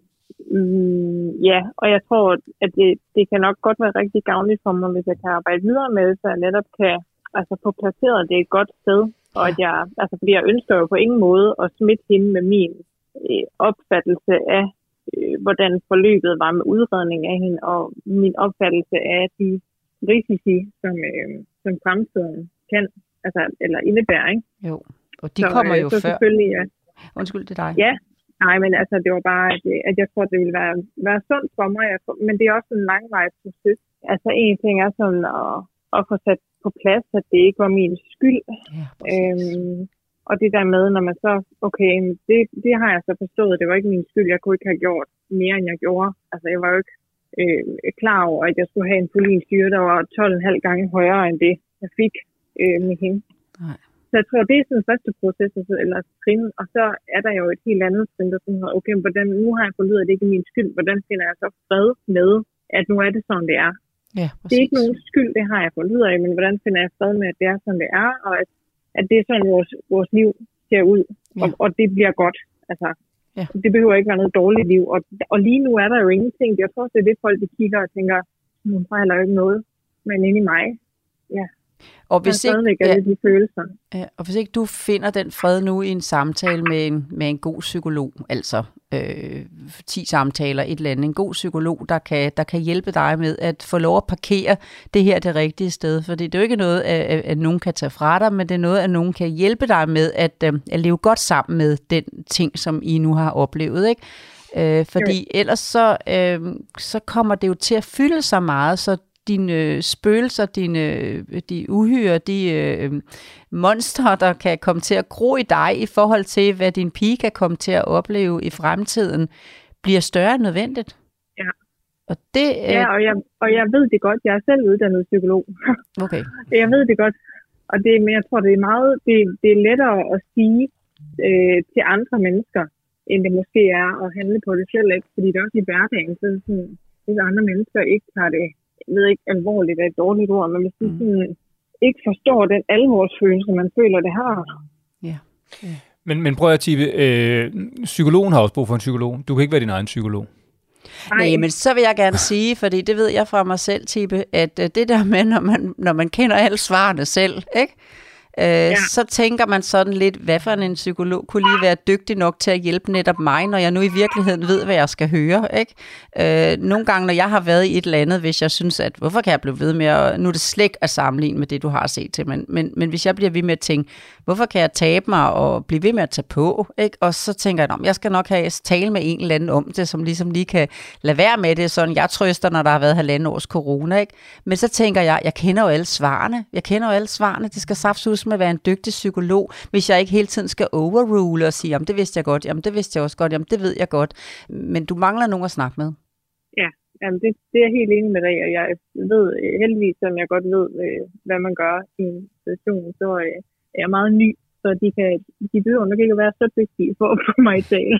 mm, ja, og jeg tror, at det, det kan nok godt være rigtig gavnligt for mig, hvis jeg kan arbejde videre med det, så jeg netop kan altså, få placeret det et godt sted. Og at jeg, altså, fordi jeg ønsker jo på ingen måde at smitte hende med min øh, opfattelse af, øh, hvordan forløbet var med udredning af hende, og min opfattelse af de risici, som, øh, som fremtiden kan, altså, eller indebærer, ikke? Jo, og de så, kommer jo så før. Selvfølgelig, ja. Undskyld, det er dig. Ja, nej, men altså, det var bare, at, at jeg tror, det ville være, være sundt for mig, jeg, men det er også en langvarig proces. Altså, en ting er sådan at, at få sat på plads, at det ikke var min skyld. Ja, øhm, og det der med, når man så, okay, det, det har jeg så forstået, det var ikke min skyld, jeg kunne ikke have gjort mere, end jeg gjorde. Altså, jeg var jo ikke øh, klar over, at jeg skulle have en folinsyre, der var tolv komma fem gange højere end det, jeg fik øh, med hende. Nej. Så jeg tror, det er sådan første proces, eller trin, og så er der jo et helt andet trin, der sådan hedder, okay, hvordan, nu har jeg fundet ud af, at det ikke er min skyld, hvordan finder jeg så fred med, at nu er det sådan, det er. Ja, det er ikke nogen skyld, det har jeg fundet ud af, men hvordan finder jeg fred med, at det er sådan, det er, og at, at det er sådan, vores, vores liv ser ud, ja. og, og det bliver godt. Altså, ja. Det behøver ikke være noget dårligt liv, og, og lige nu er der jo ingenting. Jeg tror, det er det, folk de kigger og tænker, hun fejler jo ikke noget, men inde i mig, ja. Og hvis, ikke, ja, de følelser. Ja, og hvis ikke du finder den fred nu i en samtale med en, med en god psykolog, altså øh, ti samtaler, et eller andet, en god psykolog, der kan, der kan hjælpe dig med at få lov at parkere det her det rigtige sted. For det er jo ikke noget, at, at nogen kan tage fra dig, men det er noget, at nogen kan hjælpe dig med at, at leve godt sammen med den ting, som I nu har oplevet, ikke? Øh, fordi ja. ellers så, øh, så kommer det jo til at fylde sig meget, så dine spøgelser, dine de uhyre, de øh, monstre, der kan komme til at gro i dig i forhold til, hvad din pige kan komme til at opleve i fremtiden, bliver større end nødvendigt. Ja. Og det, øh... ja, og jeg, og jeg ved det godt. Jeg er selv uddannet psykolog. Okay. Jeg ved det godt. Og det, men jeg tror, det er meget, det, det er lettere at sige øh, til andre mennesker, end det måske er at handle på det selv, ikke? Fordi det er også i hverdagen, så sådan, hvis andre mennesker ikke tager det, jeg ved ikke, alvorligt er et dårligt ord, men hvis de sådan, ikke forstår den alvorsfølelse, man føler, det har. Ja. ja. Men, men prøv at Tibe, øh, psykologen har også brug for en psykolog. Du kan ikke være din egen psykolog. Nej, men så vil jeg gerne sige, fordi det ved jeg fra mig selv, Tibe, at det der med, når man, når man kender alle svarene selv, ikke? Øh, ja. Så tænker man sådan lidt, hvad for en psykolog kunne lige være dygtig nok til at hjælpe netop mig, når jeg nu i virkeligheden ved, hvad jeg skal høre, ikke? Øh, nogle gange, når jeg har været i et eller andet, hvis jeg synes, at hvorfor kan jeg blive ved med at, nu er det slet ikke at sammenligne med det, du har set til, men, men, men hvis jeg bliver ved med at tænke, hvorfor kan jeg tabe mig og blive ved med at tage på, ikke? Og så tænker jeg, jeg skal nok have tale med en eller anden om det, som ligesom lige kan lade være med det, sådan jeg trøster, når der har været halvanden års corona, ikke? Men så tænker jeg, jeg kender jo alle svarene, jeg kender jo alle svarene, det skal saftsus med at være en dygtig psykolog, hvis jeg ikke hele tiden skal overrule og sige, jamen det vidste jeg godt, jamen det vidste jeg også godt, jamen det ved jeg godt, men du mangler nogen at snakke med. Ja, jamen det, det er jeg helt enig med dig, og jeg ved heldigvis, som jeg godt ved, hvad man gør i en situation, så er jeg meget ny, så de kan, de behøver nok ikke være så dygtige for at få mig i tale.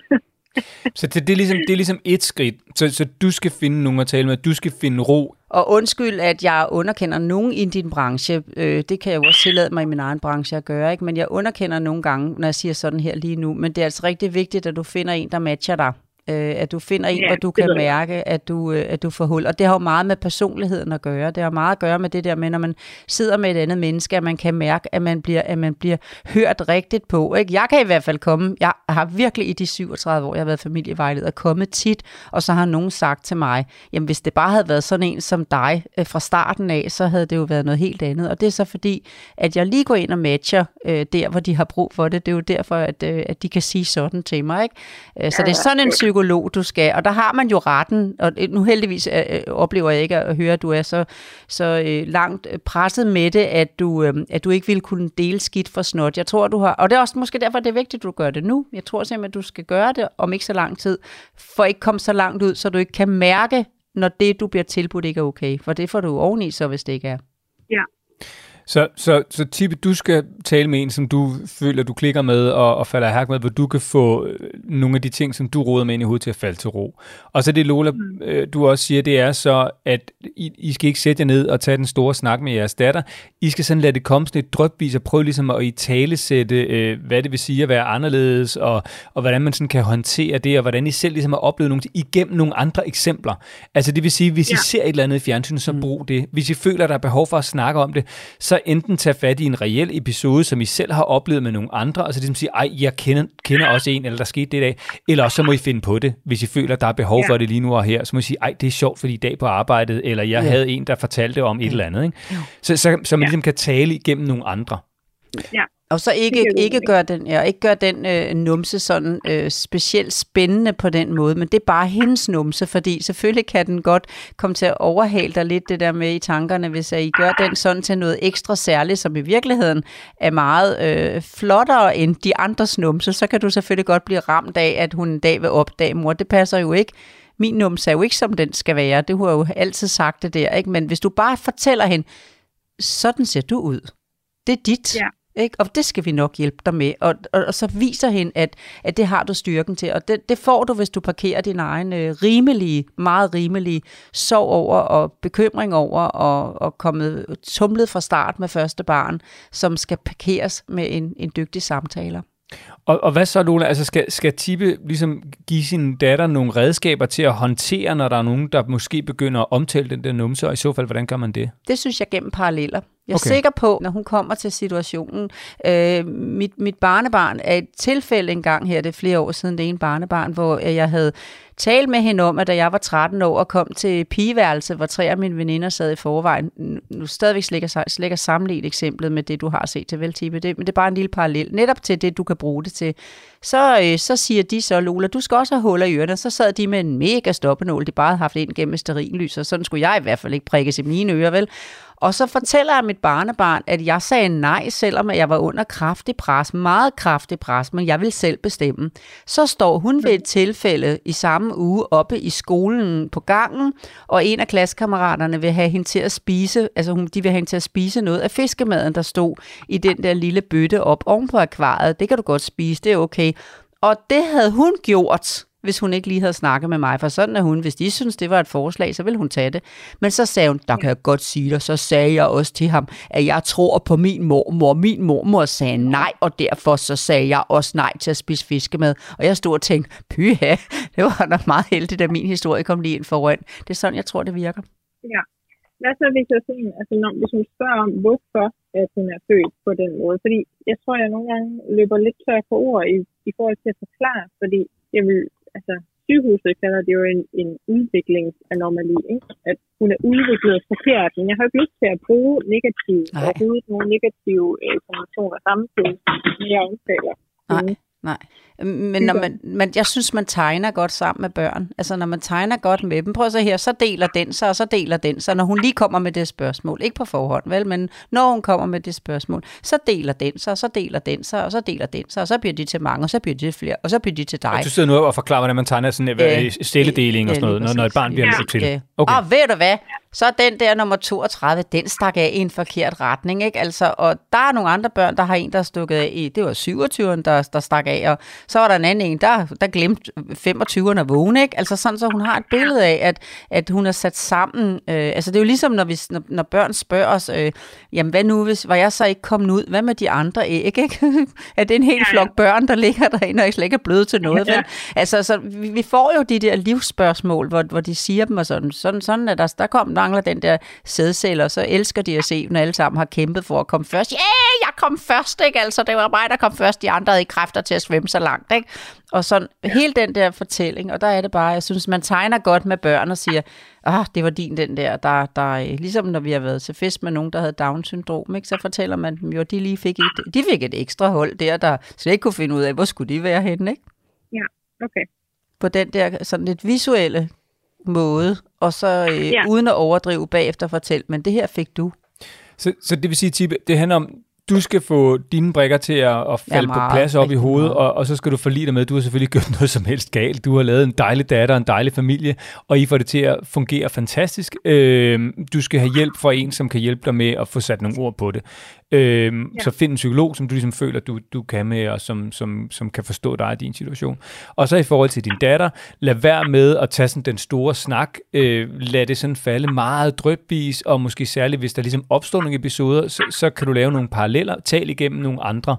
Så det, det, er ligesom, det er ligesom et skridt. Så, så du skal finde nogen at tale med. Du skal finde ro. Og undskyld, at jeg underkender nogen i din branche. Øh, det kan jeg jo også tillade mig i min egen branche at gøre, ikke? Men jeg underkender nogle gange, når jeg siger sådan her lige nu. Men det er altså rigtig vigtigt, at du finder en, der matcher dig. At du finder en, Ja, hvor du det kan ved jeg. mærke, at du, at du får hul. Og det har jo meget med personligheden at gøre. Det har meget at gøre med det der med, når man sidder med et andet menneske, at man kan mærke, at man bliver, at man bliver hørt rigtigt på. Ikke? Jeg kan i hvert fald komme, jeg har virkelig i de syvogtredive år, jeg har været familievejleder, kommet tit, og så har nogen sagt til mig, jamen hvis det bare havde været sådan en som dig fra starten af, så havde det jo været noget helt andet. Og det er så fordi, at jeg lige går ind og matcher øh, der, hvor de har brug for det. Det er jo derfor, at, øh, at de kan sige sådan til mig. Ikke? Så det er sådan en psykolog, du skal. Og der har man jo retten, og nu heldigvis øh, oplever jeg ikke at høre, at du er så, så øh, langt presset med det, at du, øh, at du ikke vil kunne dele skidt for snot. Jeg tror, du har, og det er også måske derfor, det er vigtigt, at du gør det nu. Jeg tror simpelthen, at du skal gøre det om ikke så lang tid, for ikke komme så langt ud, så du ikke kan mærke, når det, du bliver tilbudt, ikke er okay. For det får du oveni, så hvis det ikke er. Ja. Så, så, så Tippe, du skal tale med en, som du føler, du klikker med og, og falder i hak med, hvor du kan få øh, nogle af de ting, som du råder med ind i hovedet til at falde til ro. Og så det, Lola, mm. øh, du også siger, det er så, at I, I skal ikke sætte jer ned og tage den store snak med jeres datter. I skal sådan lade det komme sådan et drypvis og prøve ligesom at i talesætte, øh, hvad det vil sige at være anderledes, og, og hvordan man sådan kan håndtere det, og hvordan I selv ligesom har oplevet nogle ting igennem nogle andre eksempler. Altså det vil sige, hvis ja. I ser et eller andet i fjernsynet, så brug det. Hvis I føler, der er behov for at snakke om det, så enten tage fat i en reel episode, som I selv har oplevet med nogle andre, og så ligesom sige, ej, jeg kender, kender også en, eller der skete det i dag, eller også så må I finde på det, hvis I føler, der er behov ja. for det lige nu og her, så må I sige, ej, det er sjovt, fordi i dag på arbejdet, eller jeg ja. havde en, der fortalte om et ja. eller andet, ikke? Så, så, så man ja. ligesom kan tale igennem nogle andre. Ja. Og så ikke, ikke gøre den, ja, ikke gør den øh, numse sådan øh, specielt spændende på den måde, men det er bare hendes numse, fordi selvfølgelig kan den godt komme til at overhale dig lidt det der med i tankerne, hvis I gør den sådan til noget ekstra særligt, som i virkeligheden er meget øh, flottere end de andres numse, så kan du selvfølgelig godt blive ramt af, at hun en dag vil opdage, mor, det passer jo ikke. Min numse er jo ikke, som den skal være. Det har jeg jo altid sagt det der, ikke? Men hvis du bare fortæller hende, sådan ser du ud. Det er dit. Ja. Ikke? Og det skal vi nok hjælpe dig med. Og, og, og så viser hende, at, at det har du styrken til. Og det, det får du, hvis du parkerer din egen øh, rimelige, meget rimelige sorg over og bekymring over og, og kommet tumlet fra start med første barn, som skal parkeres med en, en dygtig samtaler. Og, og hvad så, Lola? Altså skal, skal Tippe ligesom give sin datter nogle redskaber til at håndtere, når der er nogen, der måske begynder at omtale den der numse, og i så fald, hvordan gør man det? Det synes jeg gennem paralleller. Jeg er okay. sikker på, når hun kommer til situationen. Øh, mit, mit barnebarn er et tilfælde engang her, det er flere år siden, det ene barnebarn, hvor jeg havde talt med hende om, at da jeg var tretten år og kom til pigeværelse, hvor tre af mine veninder sad i forvejen. Nu stadigvæk slækker, slækker sammenlignet eksemplet med det, du har set til vel, Tippe. Det, men det er bare en lille parallel. Netop til det, du kan bruge det til. Så, øh, så siger de så, Lola, du skal også have huller i ørerne. Så sad de med en mega stoppenål, de bare havde haft ind gennem stearinlys, og sådan skulle jeg i hvert fald ikke prikkes i mine ører, vel? Og så fortæller jeg mit barnebarn, at jeg sagde nej, selvom jeg var under kraftig pres, meget kraftig pres, men jeg vil selv bestemme. Så står hun ved et tilfælde i samme uge oppe i skolen på gangen, og en af klassekammeraterne vil have hende til at spise, altså hun, de vil have hende til at spise noget af fiskemaden, der stod i den der lille bøtte op oven på akvariet. Det kan du godt spise, det er okay. Og det havde hun gjort, hvis hun ikke lige havde snakket med mig, for sådan er hun. Hvis de synes, det var et forslag, så ville hun tage det. Men så sagde hun, der kan jeg godt sige dig, så sagde jeg også til ham, at jeg tror på min mormor. Min mormor sagde nej, og derfor så sagde jeg også nej til at spise fiskemad. Og jeg stod og tænkte, pyha, det var nok meget heldigt, at min historie kom lige ind foran. Det er sådan, jeg tror, det virker. Ja. Hvad så, hvis jeg siger, altså, når, hvis hun spørger om, hvorfor at hun er født på den måde? Fordi jeg tror, jeg nogle gange løber lidt tør for ord i, i forhold til at forklare, fordi jeg vil, altså, sygehuset kalder det jo en, en udviklingsanomali, ikke? At hun er udviklet forkert, men jeg har ikke lyst til at bruge negative, overhovedet nogle negative øh, informationer samtidig, når jeg omtaler. Nej. Nej, men når man, man, jeg synes, man tegner godt sammen med børn. Altså, når man tegner godt med dem, prøv at se her, så deler den sig, og så deler den sig. Når hun lige kommer med det spørgsmål, ikke på forhånd, vel, men når hun kommer med det spørgsmål, så deler den sig, og så deler den sig, og så deler den sig, og så bliver de til mange, og så bliver de til flere, og så bliver de til dig. Og du sidder nu og forklarer, hvordan man tegner sådan en øh, stilledeling og sådan noget, når, når et barn bliver ja. lidt til. Okay. Og ved du hvad? så er den der nummer toogtredive, den stak af i en forkert retning, ikke? Altså, og der er nogle andre børn, der har en, der stukket af i, det var syvogtyveren, der, der stak af, og så var der en anden en, der, der glemte femogtyveren at vågne, ikke? Altså sådan, så hun har et billede af, at, at hun er sat sammen. Øh, altså det er jo ligesom, når, vi, når, når børn spørger os, øh, jamen hvad nu, hvis var jeg så ikke kommet ud? Hvad med de andre æg, ikke? Er det en hel flok børn, der ligger derinde, og ikke slet ikke er bløde til noget? Ja. Altså, så vi, vi får jo de der livsspørgsmål, hvor, hvor de siger dem, og sådan, sådan, sådan at der, der kom, mangler den der sædceller, så elsker de at se, når alle sammen har kæmpet for at komme først. Ja, yeah, jeg kom først, ikke? Altså, det var mig, der kom først. De andre havde ikke kræfter til at svømme så langt, ikke? Og sådan, ja. Hele den der fortælling, og der er det bare, jeg synes, man tegner godt med børn og siger, ah, det var din den der, der, der, ligesom når vi har været til fest med nogen, der havde Down-syndrom, ikke? Så fortæller man dem jo, de lige fik et, de fik et ekstra hold der, der slet ikke kunne finde ud af, hvor skulle de være henne, ikke? Ja, okay. På den der sådan lidt visuelle måde, og så øh, ja. uden at overdrive bagefter fortælle, men det her fik du. Så, så det vil sige, Tibe, det handler om, du skal få dine brikker til at, at falde ja, på plads op i hovedet, og, og så skal du forlige dig med, at du har selvfølgelig gjort noget som helst galt. Du har lavet en dejlig datter, en dejlig familie, og I får det til at fungere fantastisk. Øh, du skal have hjælp fra en, som kan hjælpe dig med at få sat nogle ord på det. Øh, ja. Så find en psykolog, som du ligesom føler, du, du kan med, og som, som, som kan forstå dig i din situation. Og så i forhold til din datter, lad være med at tage sådan den store snak. Øh, lad det sådan falde meget drypvis, og måske særligt, hvis der ligesom opstår nogle episoder, så, så kan du lave nogle paralleller, tal igennem nogle andre.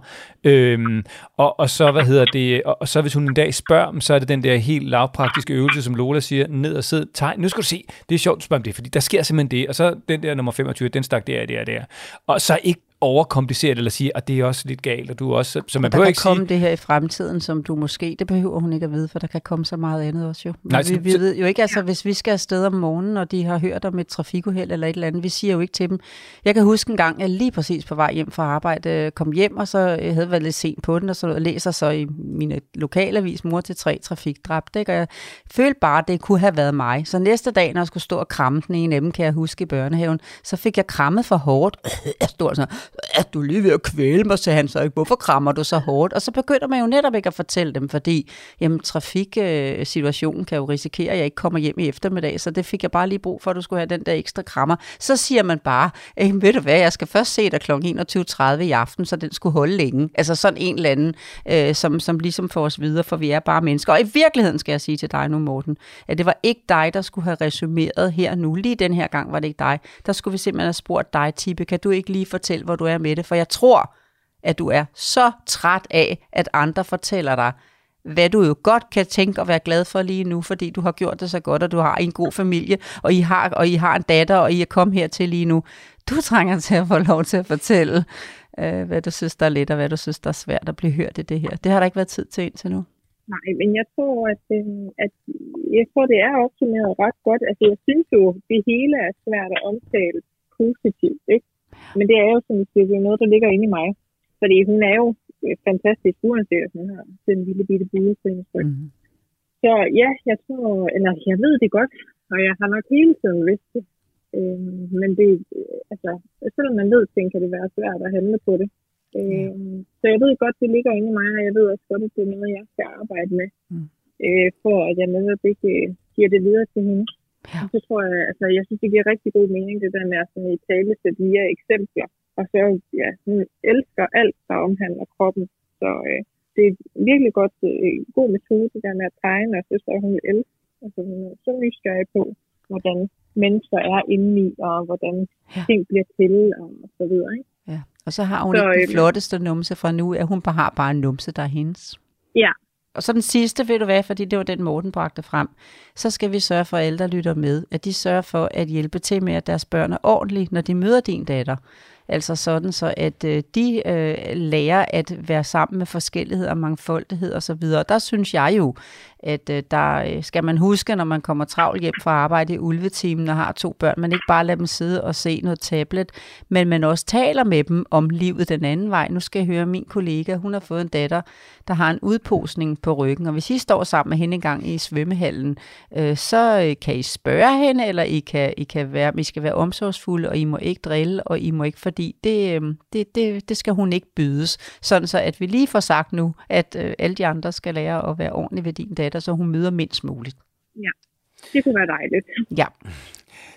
Øh, og, og så, hvad hedder det, og, og så hvis hun en dag spørger, så er det den der helt lavpraktiske øvelse, som Lola siger, ned og sidde, tegn. Nu skal du se, det er sjovt, du spørger om det, fordi der sker simpelthen det, og så den der nummer femogtyve, den stak der, der, der. Og så ikke overkomplicere det, eller sige, at det er også lidt galt, og du også, så man behøver ikke sige... Der kan komme det her i fremtiden, som du måske, det behøver hun ikke at vide, for der kan komme så meget andet også jo. Nej, vi, vi ved jo ikke, altså hvis vi skal afsted om morgenen, og de har hørt om et trafikuheld eller et eller andet, vi siger jo ikke til dem. Jeg kan huske en gang, jeg lige præcis på vej hjem fra arbejde, kom hjem, og så jeg havde været lidt sent på den, og så læser så i mine lokalavis, mor til tre trafikdræbte, ikke? Og jeg følte bare, at det kunne have været mig. Så næste dag, når jeg skulle stå og kramme den ene af dem, kan jeg huske i børnehaven, så fik jeg krammet for hårdt. Jeg stod sådan, at du er lige ved at kvæle mig, sagde han så ikke. Hvorfor krammer du så hårdt? Og så begynder man jo netop ikke at fortælle dem, fordi jamen, trafiksituationen kan jo risikere, at jeg ikke kommer hjem i eftermiddag, så det fik jeg bare lige brug for, at du skulle have den der ekstra krammer. Så siger man bare, ved du hvad, jeg skal først se dig klokken enogtyve tredive i aften, så den skulle holde længe. Altså sådan en eller anden, øh, som, som ligesom får os videre, for vi er bare mennesker. Og i virkeligheden skal jeg sige til dig nu, Morten, at det var ikke dig, der skulle have resumeret her nu. Lige den her gang var det ikke dig. Der skulle vi simpelthen have spurgt dig, Tippe, kan du ikke lige fortælle, hvor du er med det? For jeg tror, at du er så træt af, at andre fortæller dig, hvad du jo godt kan tænke og være glad for lige nu, fordi du har gjort det så godt, og du har en god familie, og I har, og I har en datter, og I er kommet hertil lige nu. Du trænger til at få lov til at fortælle, øh, hvad du synes, der er let, og hvad du synes, der er svært at blive hørt i det her. Det har der ikke været tid til indtil nu. Nej, men jeg tror, at, at jeg tror, det er opsummeret ret godt. Altså, jeg synes jo, det hele er svært at omtale positivt, ikke? Men det er jo, som det er noget, der ligger inde i mig. Fordi hun er jo fantastisk, uanset at hun har den lille bitte bule på hendes ryg. Mm. Så ja, jeg tror, eller jeg ved det godt, og jeg har nok hele tiden vidst det. Øhm, men det, altså, selvom man ved ting, kan det være svært at handle på det. Øhm, så jeg ved godt, det ligger inde i mig, og jeg ved også godt, at det er noget, jeg skal arbejde med. Mm. Øh, for at jeg netop ikke giver det videre til hende. Ja. Så tror jeg, altså, jeg synes, det giver rigtig god mening, det der med at sådan, i tale sætte via eksempler. Og så, ja, hun elsker alt, der omhandler kroppen. Så øh, det er virkelig godt, øh, god metode, det der med at tegne, og så så hun elsker. Altså, hun er så nysgerrig på, hvordan mennesker er indeni, og hvordan ja. ting bliver til, og så videre, ikke? Ja, og så har hun så, ikke den flotteste numse fra nu, at hun bare har bare en numse, der er hendes. Ja. Og så den sidste, ved du hvad, fordi det var den Morten bragte frem, så skal vi sørge for, at alle, der lytter med, at de sørger for at hjælpe til med, at deres børn er ordentlige, når de møder din datter. Altså sådan, så at øh, de øh, lærer at være sammen med forskellighed og mangfoldighed og så videre. Der synes jeg jo, at øh, der skal man huske, når man kommer travlt hjem fra arbejde i ulvetimen og har to børn, man ikke bare lader dem sidde og se noget tablet, men man også taler med dem om livet den anden vej. Nu skal jeg høre min kollega, hun har fået en datter, der har en udposning på ryggen, og hvis I står sammen med hende en gang i svømmehallen, øh, så kan I spørge hende, eller I kan, I kan være, I skal være omsorgsfulde, og I må ikke drille, og I må ikke, fordi det, det, det, det skal hun ikke bydes. Sådan så, at vi lige får sagt nu, at øh, alle de andre skal lære at være ordentlige ved din datter, så hun møder mindst muligt. Ja, det kunne være dejligt. Ja.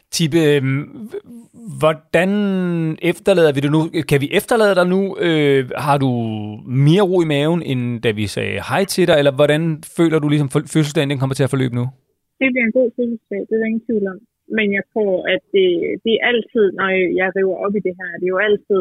Tippe, hvordan efterlader vi det nu? Kan vi efterlade dig nu? Øh, har du mere ro i maven, end da vi sagde hej til dig? Eller hvordan føler du, ligesom fødselsdagen kommer til at forløbe nu? Det bliver en god fødselsdag, det er der ingen tvivl om. Men jeg tror, at det, det er altid, når jeg river op i det her, det er jo altid,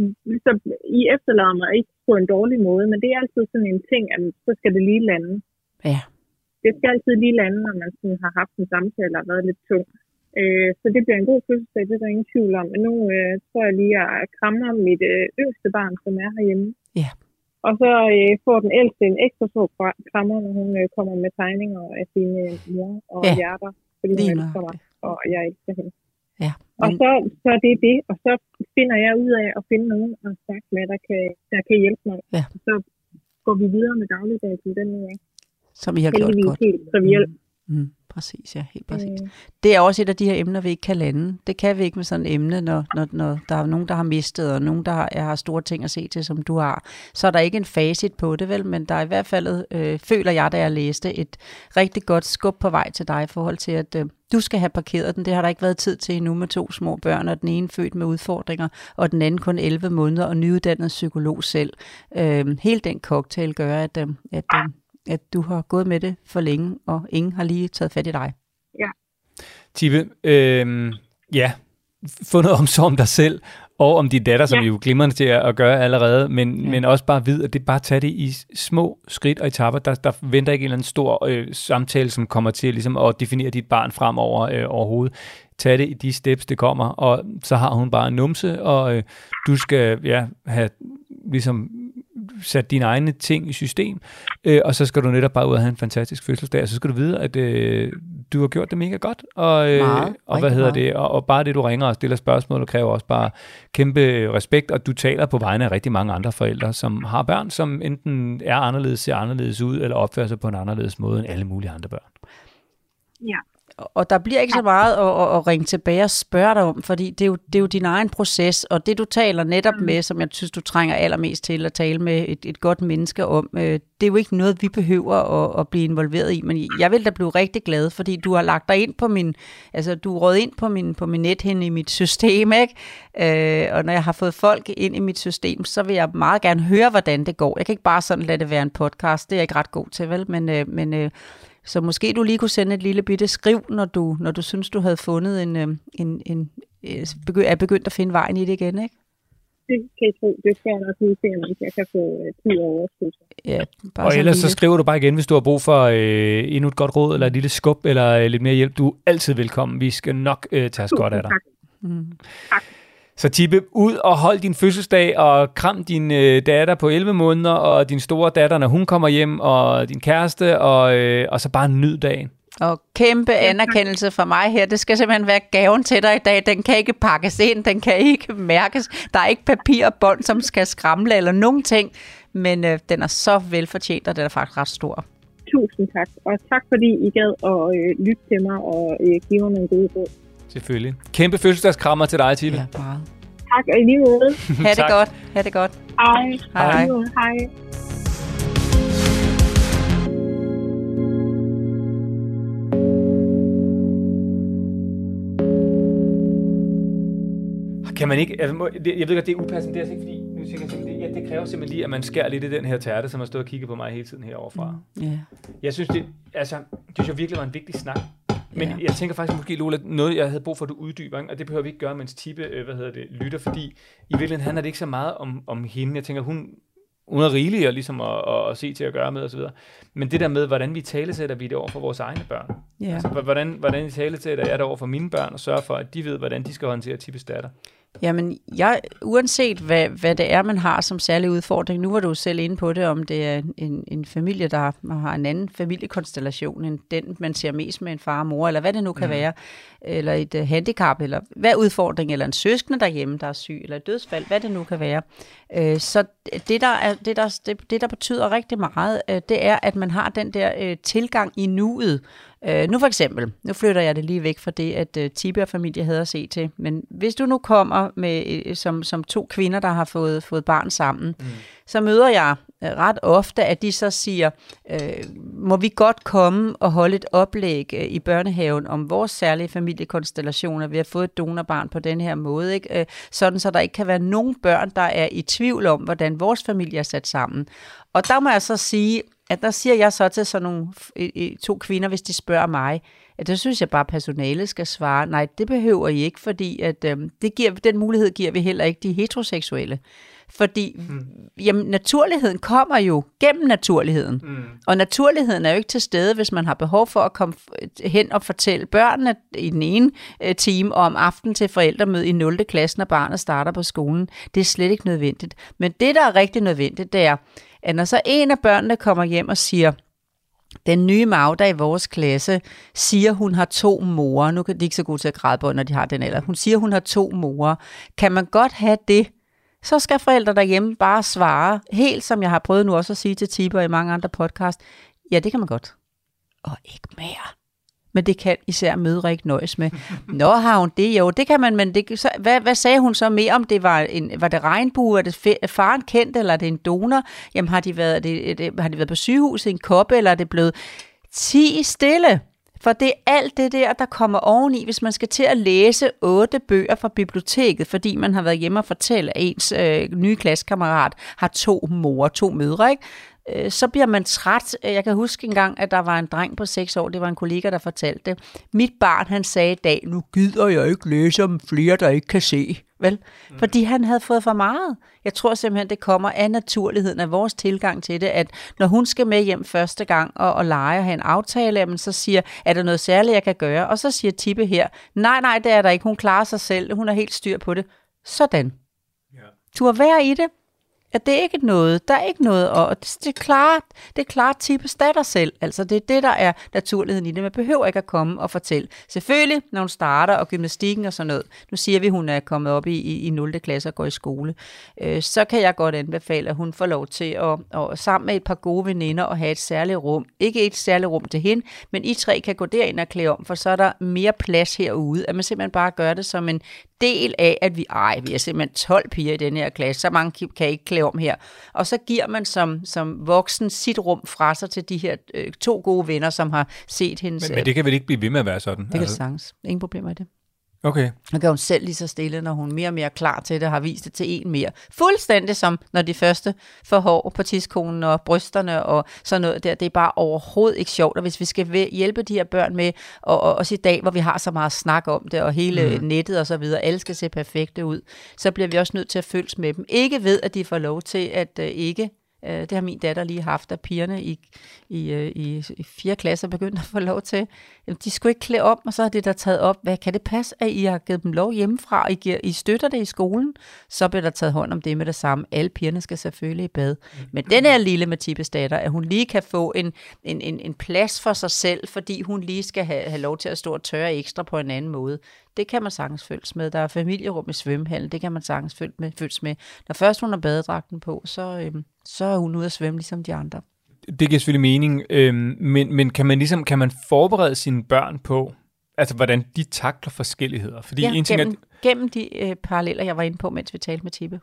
så I efterlader mig ikke på en dårlig måde, men det er altid sådan en ting, at så skal det lige lande. Ja. Det skal altid lige lande, når man sådan har haft en samtale og været lidt tung. Øh, så det bliver en god fødselsdag, det er der ingen tvivl om. Men nu øh, tror jeg lige, at jeg krammer mit øh, yngste barn, som er herhjemme. Ja. Og så øh, får den ældste en ekstra så krammer, når hun øh, kommer med tegninger af sine mor og ja. hjerter. Fordi hun elsker mig, og jeg elsker hende. Ja. Men... Og så, så er det det, og så finder jeg ud af at finde nogen at snakke med, der kan, der kan hjælpe mig. Ja. Så går vi videre med dagligdagen til den her. Som I har gjort godt. Helt trivielt. Mm. Mm. Præcis, ja, helt præcis. Mm. Det er også et af de her emner, vi ikke kan lande. Det kan vi ikke med sådan et emne, når, når, når der er nogen, der har mistet, og nogen, der har, har store ting at se til, som du har. Så er der ikke en facit på det, vel? Men der er i hvert fald, øh, føler jeg, da jeg læste, et rigtig godt skub på vej til dig i forhold til, at øh, du skal have parkeret den. Det har der ikke været tid til endnu med to små børn, og den ene født med udfordringer, og den anden kun elleve måneder, og nyuddannet psykolog selv. Øh, hele den cocktail gør, at, øh, at øh, at du har gået med det for længe, og ingen har lige taget fat i dig. Ja. Tippe, øh, ja, få noget omsorg om dig selv, og om din datter, som ja. I jo glimrende til at gøre allerede, men, ja. men også bare vid, at det bare tager det i små skridt og etaper. Der, der venter ikke en eller anden stor øh, samtale, som kommer til ligesom, at definere dit barn fremover øh, overhovedet. Tag det i de steps, det kommer, og så har hun bare en numse, og øh, du skal ja, have ligesom sat dine egne ting i system, øh, og så skal du netop bare ud og have en fantastisk fødselsdag, og så skal du vide, at øh, du har gjort det mega godt, og, øh, meget, og hvad hedder meget. det, og, og bare det, du ringer og stiller spørgsmål, og kræver også bare kæmpe respekt, og du taler på vegne af rigtig mange andre forældre, som har børn, som enten er anderledes, ser anderledes ud, eller opfører sig på en anderledes måde end alle mulige andre børn. Ja. Og der bliver ikke så meget at, at, at ringe tilbage og spørge dig om, fordi det er, jo, det er jo din egen proces, og det du taler netop med, som jeg synes, du trænger allermest til at tale med et, et godt menneske om, øh, det er jo ikke noget, vi behøver at, at blive involveret i, men jeg vil da blive rigtig glad, fordi du har lagt dig ind på min, altså du er røget ind på min, på min nethinde i mit system, ikke? Øh, og når jeg har fået folk ind i mit system, så vil jeg meget gerne høre, hvordan det går. Jeg kan ikke bare sådan lade det være en podcast, det er jeg ikke ret god til, vel? Men, øh, men øh, så måske du lige kunne sende et lille bitte skriv, når du, når du synes, du havde fundet en, en, en, en er begyndt at finde vejen i det igen, ikke? Det kan jeg tro. Det skal jeg nok lige se, om jeg kan få tid over. Ja, bare og ellers lille. Så skriver du bare igen, hvis du har brug for øh, endnu et godt råd, eller et lille skub, eller øh, lidt mere hjælp. Du er altid velkommen. Vi skal nok øh, tage os godt af dig. Tak. Mm. Tak. Så Tippe, ud og hold din fødselsdag, og kram din øh, datter på elleve måneder, og din store datter, når hun kommer hjem, og din kæreste, og, øh, og så bare nyd dagen. Og kæmpe anerkendelse fra mig her. Det skal simpelthen være gaven til dig i dag. Den kan ikke pakkes ind, den kan ikke mærkes. Der er ikke papir og bånd, som skal skramle eller nogen ting, men øh, den er så velfortjent, og den er faktisk ret stor. Tusind tak, og tak fordi I gad at øh, lytte til mig og øh, give mig nogle gode råd. Selvfølgelig. Kæmpe fødselsdagskrammer til dig, Tippe. Ja, bare. Tak, og i lige måde. Ha' det godt. Ha' det godt. Hej. Hej. Hej. Kan man ikke, altså, jeg ved godt, det er upassende, det er altså ikke fordi, nu siger jeg simpelthen, det, ja, det kræver simpelthen lige, at man skærer lidt i den her tærte, som har stået og kigget på mig hele tiden heroverfra. Mm, yeah. Jeg synes, det, altså, det synes jeg virkelig var en vigtig snak. Men yeah. jeg tænker faktisk måske, Lola, noget jeg havde brug for, at du uddyber, ikke? Og det behøver vi ikke gøre, mens Tippe, hvad hedder det, lytter, fordi i virkeligheden handler det ikke så meget om, om hende. Jeg tænker, hun, hun er rigelig og ligesom at, at, at se til at gøre med osv. Men det der med, hvordan vi talesætter vi det over for vores egne børn. Yeah. Altså, hvordan, hvordan vi talesætter jeg det over for mine børn, og sørger for, at de ved, hvordan de skal håndtere Tippes datter. Jamen, jeg, uanset hvad, hvad det er, man har som særlig udfordring, nu var du selv inde på det, om det er en, en familie, der har en anden familiekonstellation end den, man ser mest med en far og mor, eller hvad det nu kan mm. være, eller et uh, handicap, eller hvad udfordring, eller en søskende derhjemme, der er syg, eller et dødsfald, hvad det nu kan være. Uh, så det der, er, det, der, det, det, der betyder rigtig meget, uh, det er, at man har den der uh, tilgang i nuet. Uh, nu for eksempel, nu flytter jeg det lige væk fra det, at uh, Tippe og familie havde at se til, men hvis du nu kommer med, uh, som, som to kvinder, der har fået, fået barn sammen, mm. så møder jeg ret ofte, at de så siger, øh, må vi godt komme og holde et oplæg øh, i børnehaven om vores særlige familiekonstellationer, vi har fået et donorbarn på den her måde, ikke? Øh, sådan så der ikke kan være nogen børn, der er i tvivl om, hvordan vores familie er sat sammen. Og der må jeg så sige, at der siger jeg så til sådan nogle to kvinder, hvis de spørger mig, at det synes jeg bare, personalet skal svare, nej, det behøver I ikke, fordi at, øh, det giver, den mulighed giver vi heller ikke de heteroseksuelle. Fordi hmm. jamen, naturligheden kommer jo gennem naturligheden. Hmm. Og naturligheden er jo ikke til stede, hvis man har behov for at komme hen og fortælle børnene i den ene øh, time om aftenen til forældremøde i nul klasse, når barnet starter på skolen. Det er slet ikke nødvendigt. Men det, der er rigtig nødvendigt, det er, at når så en af børnene kommer hjem og siger, den nye Magda i vores klasse siger, hun har to morer. Nu kan de ikke så gode til at græde på, når de har den alder. Hun siger, hun har to morer. Kan man godt have det? Så skal forældre derhjemme bare svare, helt som jeg har prøvet nu også at sige til Tiber i mange andre podcast. Ja, det kan man godt. Og ikke mere. Men det kan især mødre ikke nøjes med. Nå, har hun det? Jo, det kan man, men det, så, hvad, hvad sagde hun så mere om det? Var, en, var det regnbue? Er det fe, faren kendt, eller er det en donor? Jamen, har de været, det, det, har de været på sygehuset i en koppe, eller er det blevet ti stille? For det er alt det der, der kommer oveni, hvis man skal til at læse otte bøger fra biblioteket, fordi man har været hjemme og fortælle, at ens øh, nye klassekammerat har to mor, to mødre, ikke? Øh, så bliver man træt. Jeg kan huske engang, at der var en dreng på seks år, det var en kollega, der fortalte det. Mit barn, han sagde i dag, nu gider jeg ikke læse om flere, der ikke kan se. Vel? Mm. Fordi han havde fået for meget. Jeg tror simpelthen, det kommer af naturligheden, af vores tilgang til det, at når hun skal med hjem første gang og, og lege og have en aftale, jamen, så siger, er der noget særligt, jeg kan gøre? Og så siger Tippe her, nej, nej, det er der ikke. Hun klarer sig selv. Hun har helt styr på det. Sådan. Ja. Tur være i det. At det er ikke noget, der er ikke noget, og det er klart, det er klart Tippes datter selv. Altså det er det, der er naturligheden i det. Man behøver ikke at komme og fortælle. Selvfølgelig, når hun starter og gymnastikken og sådan noget. Nu siger vi, at hun er kommet op i, i, i nul klasse og går i skole. Øh, så kan jeg godt anbefale, at hun får lov til at, at sammen med et par gode veninder og have et særligt rum. Ikke et særligt rum til hende, men I tre kan gå derind og klæde om, for så er der mere plads herude. At man simpelthen bare gør det som en del af, at vi, ej, vi er simpelthen tolv piger i den her klasse, så mange kan ikke klæde om her. Og så giver man som, som voksen sit rum fra sig til de her øh, to gode venner, som har set hendes... Men, men det kan vel ikke blive ved med at være sådan? Det kan altså sagtens. Ingen problemer i det. Okay. Og kan hun selv lige så stille, når hun mere og mere klar til det, har vist det til en mere. Fuldstændig som når de første får hår på tidskonen og brysterne og sådan noget der. Det er bare overhovedet ikke sjovt, og hvis vi skal hjælpe de her børn med, og, og også i dag, hvor vi har så meget snak om det, og hele mm. nettet og så videre, alle skal se perfekte ud, så bliver vi også nødt til at følges med dem. Ikke ved, at de får lov til at uh, ikke... Det har min datter lige haft, at pigerne i, i, i, i fire klasser begyndte at få lov til. De skulle ikke klæde om, og så har det der taget op. Hvad kan det passe, at I har givet dem lov hjemmefra, og I, giver, I støtter det i skolen? Så bliver der taget hånd om det med det samme. Alle pigerne skal selvfølgelig i bad. Men den her lille med Tippes datter, at hun lige kan få en, en, en, en plads for sig selv, fordi hun lige skal have, have lov til at stå og tørre ekstra på en anden måde. Det kan man sagtens følges med. Der er familierum i svømmehallen, det kan man sagtens følges med. Følges med. Når først hun har badedragten på, så, øhm, så er hun ude at svømme ligesom de andre. Det giver selvfølgelig mening, øhm, men, men kan man ligesom kan man forberede sine børn på, altså hvordan de takler forskelligheder? Fordi ja, en ting gennem, er, gennem de øh, paralleller, jeg var inde på, mens vi talte med Tippe.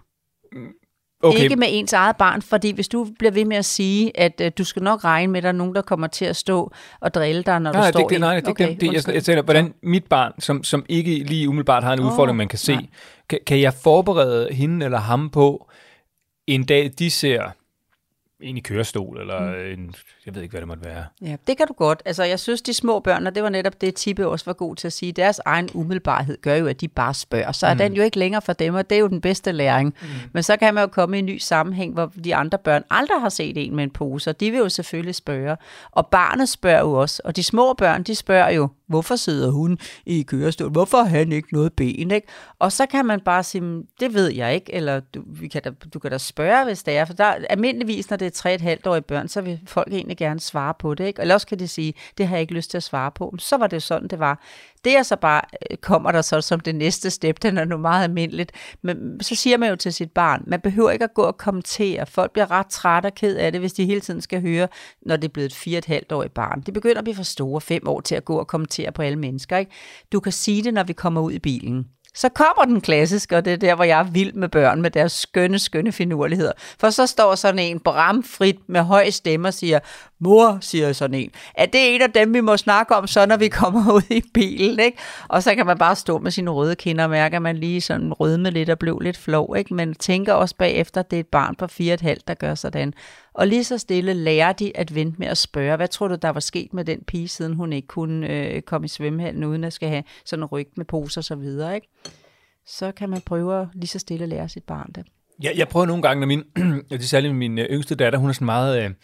Okay. Ikke med ens eget barn, fordi hvis du bliver ved med at sige, at øh, du skal nok regne med, at der er nogen, der kommer til at stå og drille dig, når nej, du står det, i... Nej, det, okay, det, det, jeg, jeg tænker, hvordan mit barn, som, som ikke lige umiddelbart har en oh, udfordring, man kan se, kan, kan jeg forberede hende eller ham på, en dag de ser en i kørestol, eller mm. en, jeg ved ikke, hvad det måtte være. Ja, det kan du godt. Altså, jeg synes, de små børn, og det var netop det, Tippe også var god til at sige, deres egen umiddelbarhed gør jo, at de bare spørger. Så er mm. den jo ikke længere for dem, og det er jo den bedste læring. Mm. Men så kan man jo komme i en ny sammenhæng, hvor de andre børn aldrig har set en med en pose, og de vil jo selvfølgelig spørge. Og barnet spørger jo også, og de små børn, de spørger jo, hvorfor sidder hun i kørestol? Hvorfor har han ikke noget ben? Ikke? Og så kan man bare sige, det ved jeg ikke, eller du, vi kan da, du kan da spørge, hvis det er, for der almindeligvis, når det er tre et halvt årige børn, så vil folk egentlig gerne svare på det, ikke? Eller også kan de sige, det har jeg ikke lyst til at svare på. Så var det jo sådan, det var. Det er så bare, kommer der så som det næste step, den er nu meget almindeligt. Men så siger man jo til sit barn, man behøver ikke at gå og kommentere. Folk bliver ret trætte og ked af det, hvis de hele tiden skal høre, når det er blevet et fire et halvt årige barn. De begynder at blive for store, fem år til at gå og kommentere på alle mennesker, ikke? Du kan sige det, når vi kommer ud i bilen. Så kommer den klassiske, og det er der, hvor jeg er vild med børn, med deres skønne, skønne finurligheder. For så står sådan en bramfrit med høj stemme og siger, mor, siger sådan en, er det en af dem, vi må snakke om, så når vi kommer ud i bilen, ikke? Og så kan man bare stå med sine røde kinder og mærke, at man lige sådan rødme lidt og blev lidt flov, ikke? Men tænker også bagefter, at det er et barn på fire og et halvt, der gør sådan. Og lige så stille lærer de at vente med at spørge, hvad tror du, der var sket med den pige, siden hun ikke kunne øh, komme i svømmehallen, uden at skal have sådan en ryg med poser og så videre, ikke? Så kan man prøve at lige så stille lære sit barn det. Ja, jeg prøver nogle gange, når min, det er særligt min yngste datter, hun er sådan meget, øh,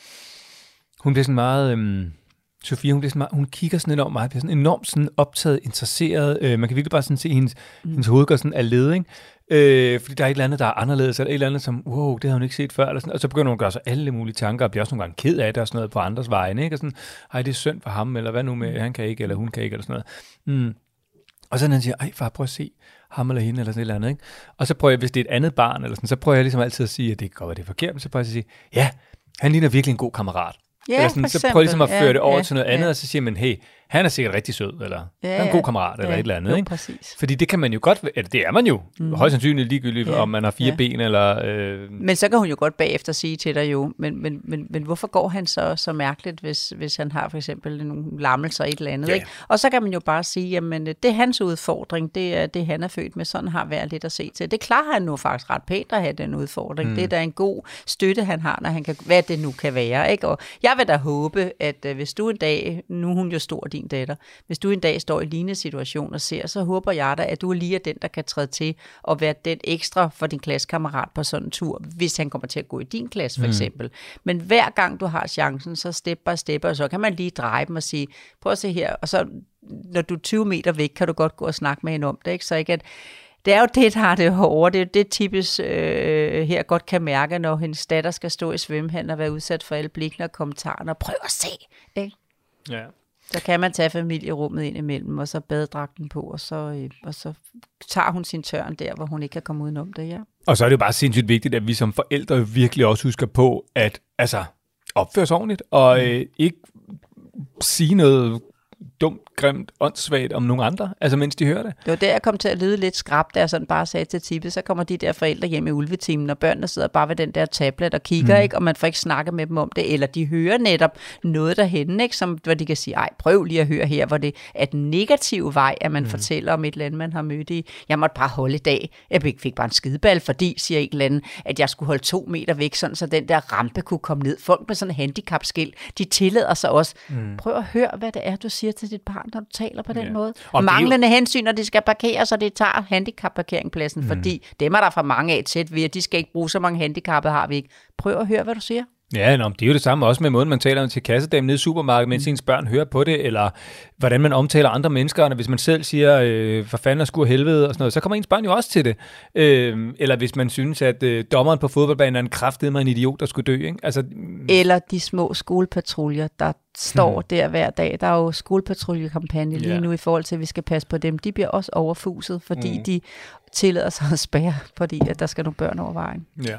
hun bliver sådan meget, øh, Sofie, hun bliver sådan meget, hun kigger sådan enormt meget, bliver sådan enormt sådan optaget, interesseret, øh, man kan virkelig bare sådan se hendes, mm. hendes hoved går sådan af led, ikke? Øh, fordi der er et eller andet, der er anderledes, eller et eller andet, som, wow, det har hun ikke set før, eller sådan, og så begynder hun at gøre sig alle mulige tanker, og bliver også nogle gange ked af det, og sådan noget på andres vegne, ikke? Og sådan, ej, det er synd for ham, eller hvad nu med, han kan ikke, eller hun kan ikke, eller sådan noget. Mm. Og så når han siger, ej far, prøv at se ham eller hende, eller sådan et eller andet, ikke? Og så prøver jeg, hvis det er et andet barn, eller sådan, så prøver jeg ligesom altid at sige, at det kan godt være, det er forkert, men så prøver jeg at sige, ja, han ligner virkelig en god kammerat. Ja, eller sådan, for så eksempel. prøver jeg ligesom at føre ja, det over ja, til noget andet, ja. Og så siger man, hey, han er sikkert rigtig sød, eller ja, han er en god kammerat, ja, eller et eller andet. jo, ikke? Præcis. Fordi det kan man jo godt, eller det er man jo, mm. højst sandsynligt ligegyldigt, ja, om man har fire ja. ben, eller... Øh... Men så kan hun jo godt bagefter sige til dig jo, men, men, men, men hvorfor går han så, så mærkeligt, hvis, hvis han har for eksempel nogle lammelser et eller andet, ja. Ikke? Og så kan man jo bare sige, jamen det er hans udfordring, det er det, han er født med, sådan har været lidt at se til. Det klarer han nu faktisk ret pænt at have den udfordring. Mm. Det er da en god støtte, han har, når han kan, hvad det nu kan være, ikke? Og jeg vil da håbe, at øh, hvis du en dag, nu er hun jo stor, din datter, hvis du en dag står i lignende situation og ser, så håber jeg da, at du lige er den, der kan træde til og være den ekstra for din klassekammerat på sådan en tur, hvis han kommer til at gå i din klasse for eksempel. Mm. Men hver gang du har chancen, så step by step, og så kan man lige dreje dem og sige, prøv at se her, og så når du er tyve meter væk, kan du godt gå og snakke med hende om det, ikke? Så ikke at det er jo det, der har det hårde. Det er det, Tippes øh, her godt kan mærke, når hendes datter skal stå i svømmehallen og være udsat for alle blikkene og kommentarerne. Prøv at se, ikke? Ja. Så kan man tage familierummet ind imellem, og så badedragten på, og så, øh, og så tager hun sin tørn der, hvor hun ikke kan komme udenom det, ja. Og så er det jo bare sindssygt vigtigt, at vi som forældre virkelig også husker på, at altså, opføre os ordentligt, og øh, ikke sige noget dumt, grimt, åndssvagt om nogle andre, altså mens de hører det. Det var der, jeg kom til at lyde lidt skrabt, da jeg sådan bare sagde til Tippe, så kommer de der forældre hjem i ulvetimen, og børnene sidder bare ved den der tablet og kigger, mm. ikke, og man får ikke snakket med dem om det, eller de hører netop noget derhenne, ikke, som, hvor de kan sige, ej, prøv lige at høre her, hvor det er den negative vej, at man mm. fortæller om et eller andet, man har mødt i. Jeg måtte bare holde i dag. Jeg fik bare en skideball, fordi, siger en eller anden, at jeg skulle holde to meter væk, sådan, så den der rampe kunne komme ned. Folk med sådan en handicapskilt, de tillader sig også. Mm. Prøv at høre, hvad det er, du siger til dit barn, når du taler på den yeah. måde. Og manglende jo hensyn, når de skal parkere, så det tager handicapparkeringspladsen, mm. fordi dem er der for mange af tæt ved, at de skal ikke bruge så mange handicappede, har vi ikke. Prøv at høre, hvad du siger. Ja, nå, det er jo det samme også med måden, man taler om til kassedamen nede i supermarkedet, mens ens børn hører på det, eller hvordan man omtaler andre mennesker, og hvis man selv siger, øh, for fanden er skur helvede, og sådan noget, så kommer ens børn jo også til det. Øh, eller hvis man synes, at øh, dommeren på fodboldbanen er en kraftedeme en idiot, der skulle dø, ikke? Altså, eller de små skolepatruljer, der står hmm. der hver dag. Der er jo skolepatrulje-kampagne lige yeah. nu i forhold til, at vi skal passe på dem. De bliver også overfuset, fordi hmm. de tillader sig at spærre, fordi at der skal nogle børn over vejen. Ja.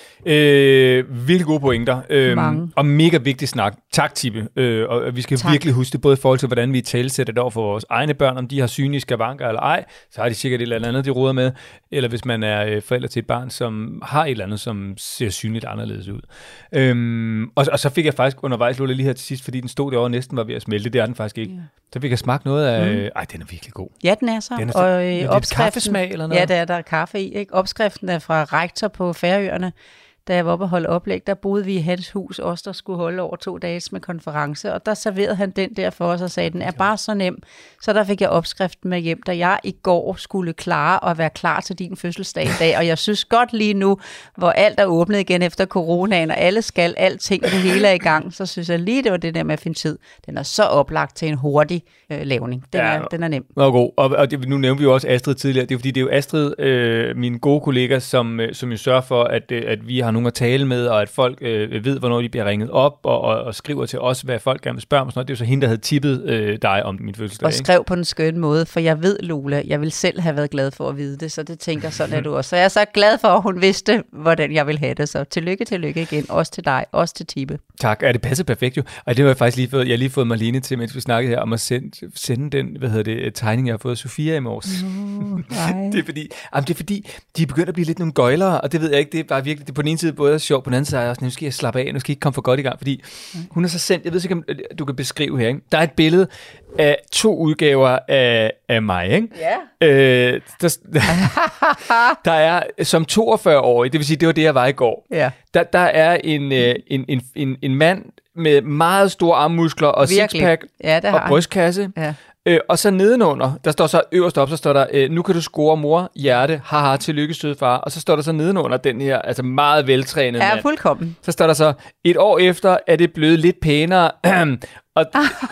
Øh, virkelig gode pointer. Øh, Mange. Og mega vigtig snak. Tak, Tippe. Øh, og vi skal tak. virkelig huske det, både i forhold til, hvordan vi talsætter det over for vores egne børn, om de har synlige skavanker eller ej, så har de sikkert et eller andet, de råder med. Eller hvis man er øh, forælder til et barn, som har et eller andet, som ser synligt anderledes ud. Øh, og, og så fik jeg faktisk undervejs, Lola, lige her til sidst, fordi den stod derovre næsten var ved at smelte. Det er den faktisk ikke. Yeah. Så fik jeg smagt noget af... Mm. Ej, den er virkelig god. Ja, den er så. Den er så og øh, opskriften, kaffesmag eller noget? Ja, der er der kaffe i. Ikke? Opskriften er fra rektor på Færøerne. Da jeg var oppe og holde oplæg, der boede vi i hans hus, os der skulle holde over to dage med konference, og der serverede han den der for os og sagde, den er bare så nem. Så der fik jeg opskriften med hjem, da jeg i går skulle klare at være klar til din fødselsdag i dag, og jeg synes godt lige nu, hvor alt er åbnet igen efter coronaen, og alle skal, alting, det hele er i gang, så synes jeg lige, det var det der med at finde tid. Den er så oplagt til en hurtig øh, lavning. Den, ja, er, den er nem. Og god. Og, og det, nu nævnte vi jo også Astrid tidligere. Det er fordi, det er jo Astrid, øh, min gode kollega, som, øh, som jo sørger for, at, øh, at vi har nogen at tale med, og at folk øh, ved, hvornår de bliver ringet op, og, og, og skriver til os, hvad folk gerne vil spørge om. Sådan noget. Det er jo så hende, der havde tippet øh, dig om min fødselsdag. Og skrev ikke? På en skøn måde, for jeg ved, Lola, jeg vil selv have været glad for at vide det, så det tænker sådan, at du også. Så jeg er så glad for, at hun vidste, hvordan jeg vil have det. Så tillykke, tillykke igen. Også til dig, også til Tippe. Tak. Ja, det passer perfekt jo. Og det var jeg faktisk lige fået, jeg har lige fået Marlene til, mens vi snakkede her, om at sende, sende den, hvad hedder det, tegning, jeg har fået af Sofia i morges. No, det, er fordi, jamen, det er fordi, de er begyndt at blive lidt nogle gøjlere, og det ved jeg ikke, det er bare virkelig, det er på den ene side både sjovt, på den anden side er jeg også, nu skal jeg slappe af, nu skal jeg ikke komme for godt i gang, fordi hun har så sendt, jeg ved ikke, om du kan beskrive her, ikke? Der er et billede af to udgaver af, af mig, ikke? Ja. Øh, der, der er som toogfyrre-årig, det vil sige, det var det, jeg var i går. Ja. Der, der er en, øh, en, en, en, en mand med meget store armmuskler og Virkelig. sixpack Ja, det har og brystkasse. Ja. Øh, og så nedenunder, der står så øverst op, så står der, øh, nu kan du score mor, hjerte, haha, tillykke søde far. Og så står der så nedenunder den her, altså meget veltrænede Ja, mand. fuldkommen. Så står der så, et år efter er det blevet lidt pænere. Og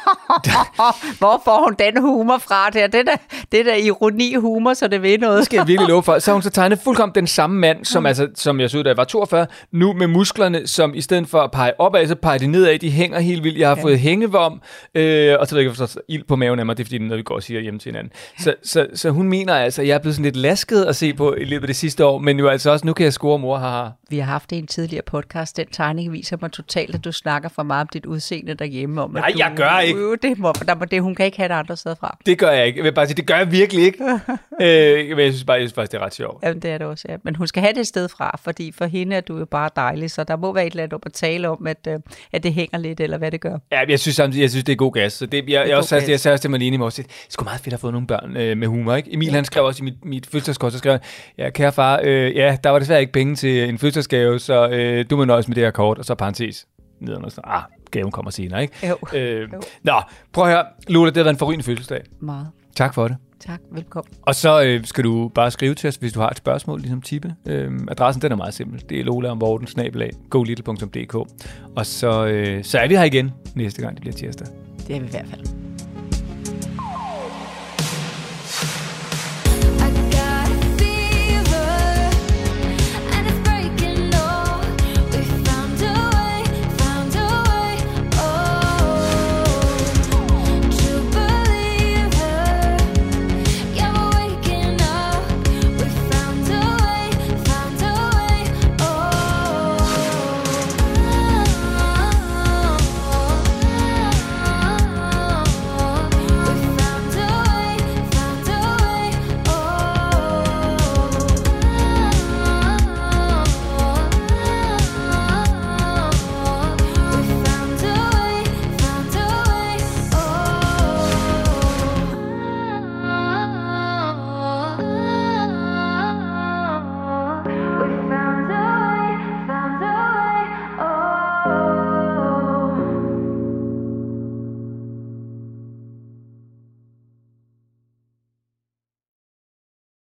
Hvor får hun den humor fra? Det er det der, det der ironi-humor, så det ved noget. det skal jeg virkelig love for. Så har hun så tegnet fuldkommen den samme mand, som, altså, som jeg så ud, da jeg var toogfyrre, nu med musklerne, som i stedet for at pege opad, så peger de nedad. De hænger helt vildt. Jeg har Ja. fået hængevom, øh, og så ved jeg ikke, hvorfor ild på maven af mig. Det er fordi, det er noget, vi går og siger hjemme til hinanden. Så, så, så hun mener altså, at jeg er blevet sådan lidt lasket at se på i løbet af det sidste år, men jo altså også, nu kan jeg score mor, haha. Vi har haft en tidligere podcast. Den tegning viser mig totalt, at du snakker for meget om dit udseende derhjemme. Om, at Nej, du, jeg gør ikke. Øh, det, må, der må, det, hun kan ikke have det andre steder fra. Det gør jeg ikke. Jeg vil bare sige, det gør jeg virkelig ikke. øh, men jeg synes bare, jeg synes faktisk, det er ret sjovt. Jamen, det er det også, ja. Men hun skal have det et sted fra, fordi for hende er du jo bare dejlig, så der må være et eller andet om at tale om, at, øh, at det hænger lidt, eller hvad det gør. Ja, jeg synes samtidig, jeg synes, det er god gas. Så det, jeg, jeg, god også, gas. jeg sagde også til Marlene i morges, det er sgu meget fedt at få nogle børn øh, med humor, ikke? Emil, ja. Han skrev også i mit, mit fødselsdagskort, så skrev han, ja, kære far, øh, ja, der var desværre ikke penge til en fødselsdagsgave, så øh, du må nøjes med det her kort, og så parentes nederen og sådan, ah, gaven kommer senere, ikke? Jo. Øh, Jo. Nå, prøv at høre, Lola, det har været en forrygende fødselsdag. Meget. Tak for det. Tak, velkommen. Og så øh, skal du bare skrive til os, hvis du har et spørgsmål, ligesom Tippe. Øh, adressen, den er meget simpel. Det er lolaomvorten snabel-a go little punktum d k. Og så, øh, så er vi her igen næste gang, det bliver tirsdag. Det er vi i hvert fald.